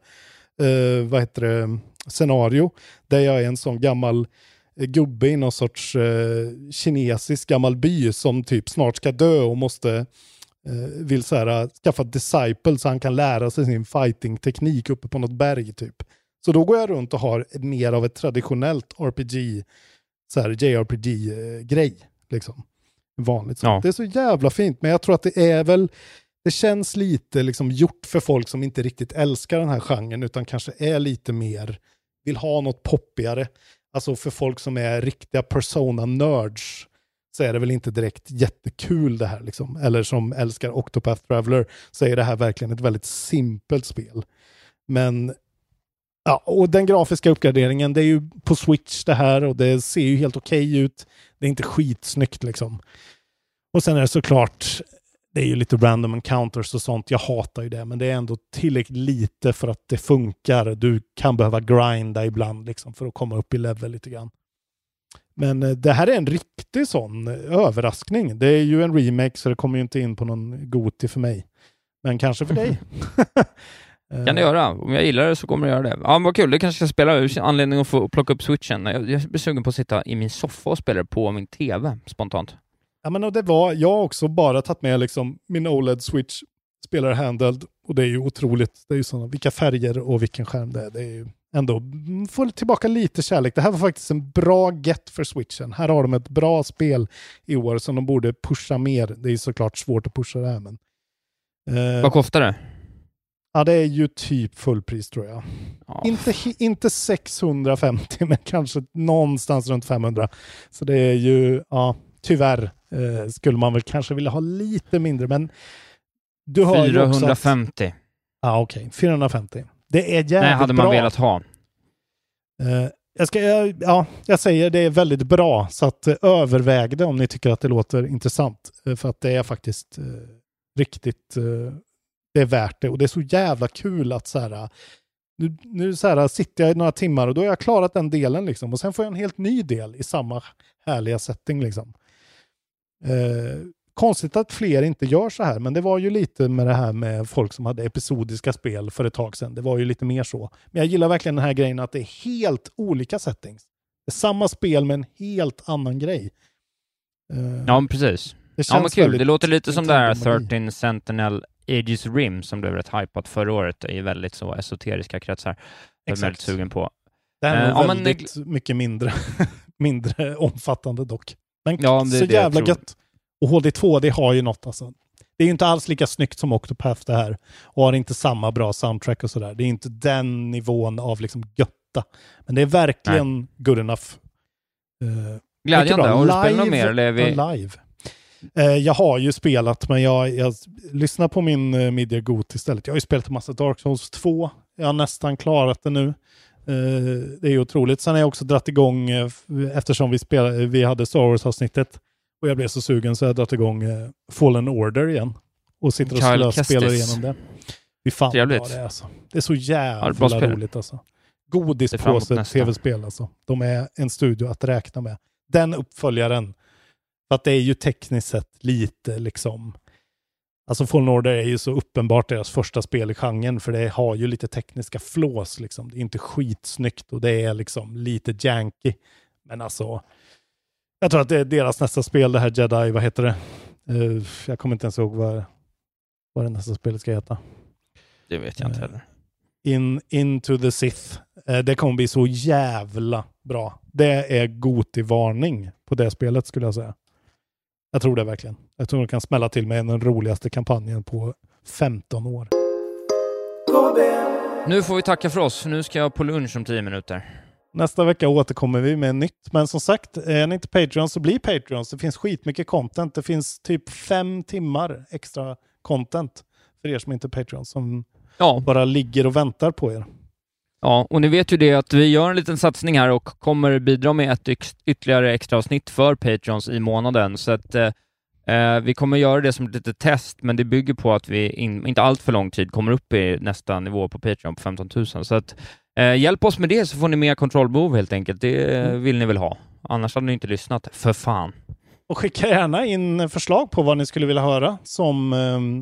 scenario där jag är en sån gammal gubbe i någon sorts kinesisk gammal by som typ snart ska dö och måste vill så här, skaffa disciple så han kan lära sig sin fighting-teknik uppe på något berg typ. Så då går jag runt och har mer av ett traditionellt RPG så här JRPG-grej liksom. Vanligt. Det är så jävla fint, men jag tror att det känns lite liksom gjort för folk som inte riktigt älskar den här genren utan kanske är lite mer vill ha något poppigare. Alltså för folk som är riktiga persona-nerds så är det väl inte direkt jättekul det här liksom. Eller som älskar Octopath Traveler så är det här verkligen ett väldigt simpelt spel. Men och den grafiska uppgraderingen, det är ju på Switch det här och det ser ju helt okej ut. Det är inte skitsnyggt liksom. Och sen är det såklart, det är ju lite random encounters och sånt. Jag hatar ju det, men det är ändå tillräckligt lite för att det funkar. Du kan behöva grinda ibland liksom för att komma upp i level lite grann. Men det här är en riktig sån överraskning. Det är ju en remake så det kommer ju inte in på någon goti för mig. Men kanske för dig. Kan det göra. Om jag gillar det så kommer jag göra det. Ja, vad kul. Det kanske ska spela. Anledning att få plocka upp Switchen. Jag blir sugen på att sitta i min soffa och spela på min tv spontant. Ja, men och det var, jag har också bara tagit med liksom min OLED-switch spelar handheld och det är ju otroligt. Det är ju sådana, vilka färger och vilken skärm det är. Det är ju ändå få tillbaka lite kärlek. Det här var faktiskt en bra get för Switchen. Här har de ett bra spel i år som de borde pusha mer. Det är såklart svårt att pusha det här, men... Vad kostar det? Ja, det är ju typ fullpris tror jag. Ja. Inte 650, men kanske någonstans runt 500. Så det är ju, ja, tyvärr skulle man väl kanske vilja ha lite mindre, men du har 450. Ju också att, okej. 450. Det är jävligt bra. Nej, hade man velat ha. Jag säger det är väldigt bra, så att överväg det om ni tycker att det låter intressant. För att det är faktiskt riktigt... det är värt det, och det är så jävla kul att så här, nu så här sitter jag i några timmar och då har jag klarat den delen liksom, och sen får jag en helt ny del i samma härliga setting liksom. Konstigt att fler inte gör så här, men det var ju lite med det här med folk som hade episodiska spel för ett tag sedan. Det var ju lite mer så. Men jag gillar verkligen den här grejen att det är helt olika settings. Det är samma spel med en helt annan grej. Ja, precis. Ja, men kul. Det låter lite som det här 13 Sentinel Aegis Rim som blev rätt hypat förra året i väldigt så esoteriska kretsar. Jag är väldigt sugen på. Det är väldigt mycket mindre omfattande dock. Men ja, så jävla gött. Och HD2, det har ju något alltså. Det är ju inte alls lika snyggt som Octopath det här. Och har inte samma bra soundtrack och sådär. Det är inte den nivån av liksom götta. Men det är verkligen good enough. Glädjande. Har du spelat något mer? Eller live. Jag har ju spelat, men jag lyssnar på min Media Got istället. Jag har ju spelat en massa Dark Souls 2. Jag har nästan klarat det nu. Det är ju otroligt. Sen har jag också dratt igång, eftersom vi hade Star Wars-avsnittet och jag blev så sugen, så jag har dratt igång Fallen Order igen. Och sitter och spelar igenom det. Vi fan bra det är alltså. Det är så jävla roligt alltså. Godis på sig tv-spel alltså. De är en studio att räkna med. Den uppföljaren. För att det är ju tekniskt sett lite liksom... Alltså Fallen Order är ju så uppenbart deras första spel i genren, för det har ju lite tekniska flås liksom. Det är inte skitsnyggt och det är liksom lite janky. Men alltså... Jag tror att det är deras nästa spel, det här Jedi, vad heter det? Jag kommer inte ens ihåg vad det nästa spelet ska heta. Det vet jag inte heller. Into the Sith. Det kommer bli så jävla bra. Det är Goti-varning på det spelet skulle jag säga. Jag tror det verkligen. Jag tror de kan smälla till med den roligaste kampanjen på 15 år. Nu får vi tacka för oss. Nu ska jag på lunch om 10 minuter. Nästa vecka återkommer vi med nytt. Men som sagt, är ni inte Patreon så bli Patreon. Det finns skitmycket content. Det finns typ 5 timmar extra content för er som inte är Patreon, som bara ligger och väntar på er. Ja, och ni vet ju det att vi gör en liten satsning här och kommer bidra med ett ytterligare extra avsnitt för Patreons i månaden. Så att vi kommer göra det som ett litet test, men det bygger på att vi inte allt för lång tid kommer upp i nästa nivå på Patreon på 15 000. Så att hjälp oss med det, så får ni mer kontrollbehov helt enkelt. Det vill ni väl ha. Annars hade ni inte lyssnat. För fan. Och skicka gärna in förslag på vad ni skulle vilja höra som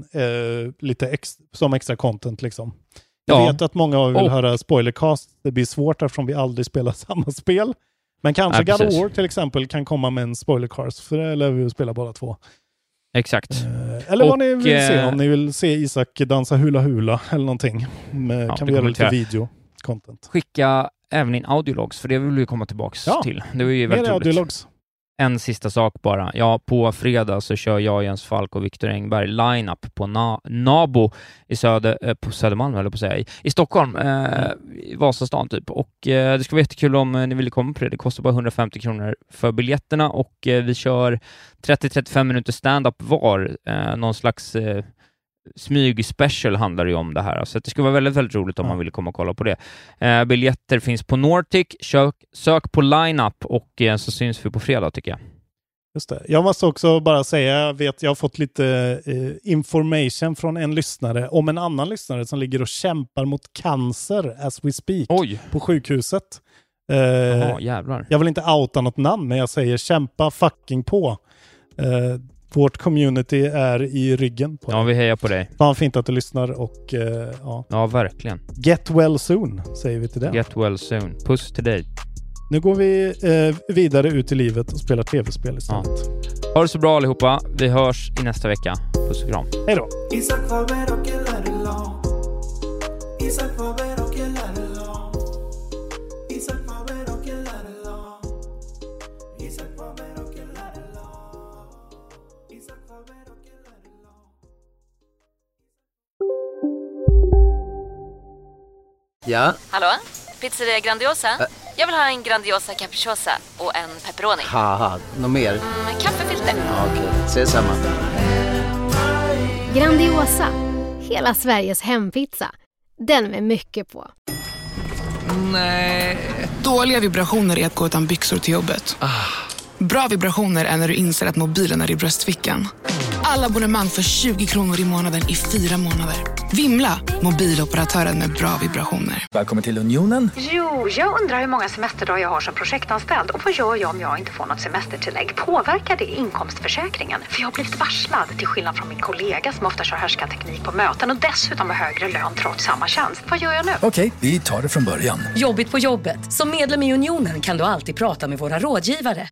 som extra content liksom. Jag vet att många vill höra spoilercast. Det blir svårt eftersom vi aldrig spelar samma spel. Men kanske God of War till exempel kan komma med en spoilercast, för det lär vi spela båda två. Exakt. Eller vad ni vill se. Om ni vill se Isak dansa hula hula eller någonting. Kan vi göra lite video-content. Skicka även in audiologs, för det vill vi komma tillbaka till. Det var ju väldigt roligt. En sista sak bara. Ja, på fredag så kör jag, Jens Falk och Viktor Engberg line-up på Nabo i på Södermalm, eller på att säga, i Stockholm, i Vasastan typ. Och det ska vara jättekul om ni vill komma på det. Det kostar bara 150 kronor för biljetterna och vi kör 30-35 minuter stand-up var. Någon slags smyg-special handlar det ju om det här. Så det ska vara väldigt, väldigt roligt om man vill komma och kolla på det. Biljetter finns på Nordic. Sök på line-up och så syns vi på fredag tycker jag. Just det. Jag måste också bara säga, jag har fått lite information från en lyssnare om en annan lyssnare som ligger och kämpar mot cancer as we speak på sjukhuset. Jävlar. Jag vill inte outa något namn, men jag säger kämpa fucking på. Vårt community är i ryggen på det. Vi hejar på dig. Fan fint att du lyssnar och Ja, verkligen. Get well soon, säger vi till det. Get well soon. Puss till dig. Nu går vi vidare ut i livet och spelar tv-spel istället. Ha det så bra allihopa. Vi hörs i nästa vecka. Puss och kram. Hej då. Isak var med och lärde lag. Isak var med och lärde lag. Ja? Hallå? Pizzeria Grandiosa? Jag vill ha en Grandiosa capriciosa och en pepperoni. Haha, något mer? Kaffefilter. Ja, okej, ses samma. Grandiosa, hela Sveriges hempizza. Den med mycket på. Nej. Dåliga vibrationer är att gå utan byxor till jobbet. Bra vibrationer är när du inser att mobilen är i bröstfickan. Alla abonnemang för 20 kronor i månaden i 4 månader. Vimla, mobiloperatören med bra vibrationer. Välkommen till Unionen. Jo, jag undrar hur många semesterdagar jag har som projektanställd. Och vad gör jag om jag inte får något semestertillägg? Påverkar det inkomstförsäkringen? För jag har blivit varslad, till skillnad från min kollega som ofta kör härskarteknik på möten. Och dessutom har högre lön trots samma tjänst. Vad gör jag nu? Okej, vi tar det från början. Jobbigt på jobbet. Som medlem i Unionen kan du alltid prata med våra rådgivare.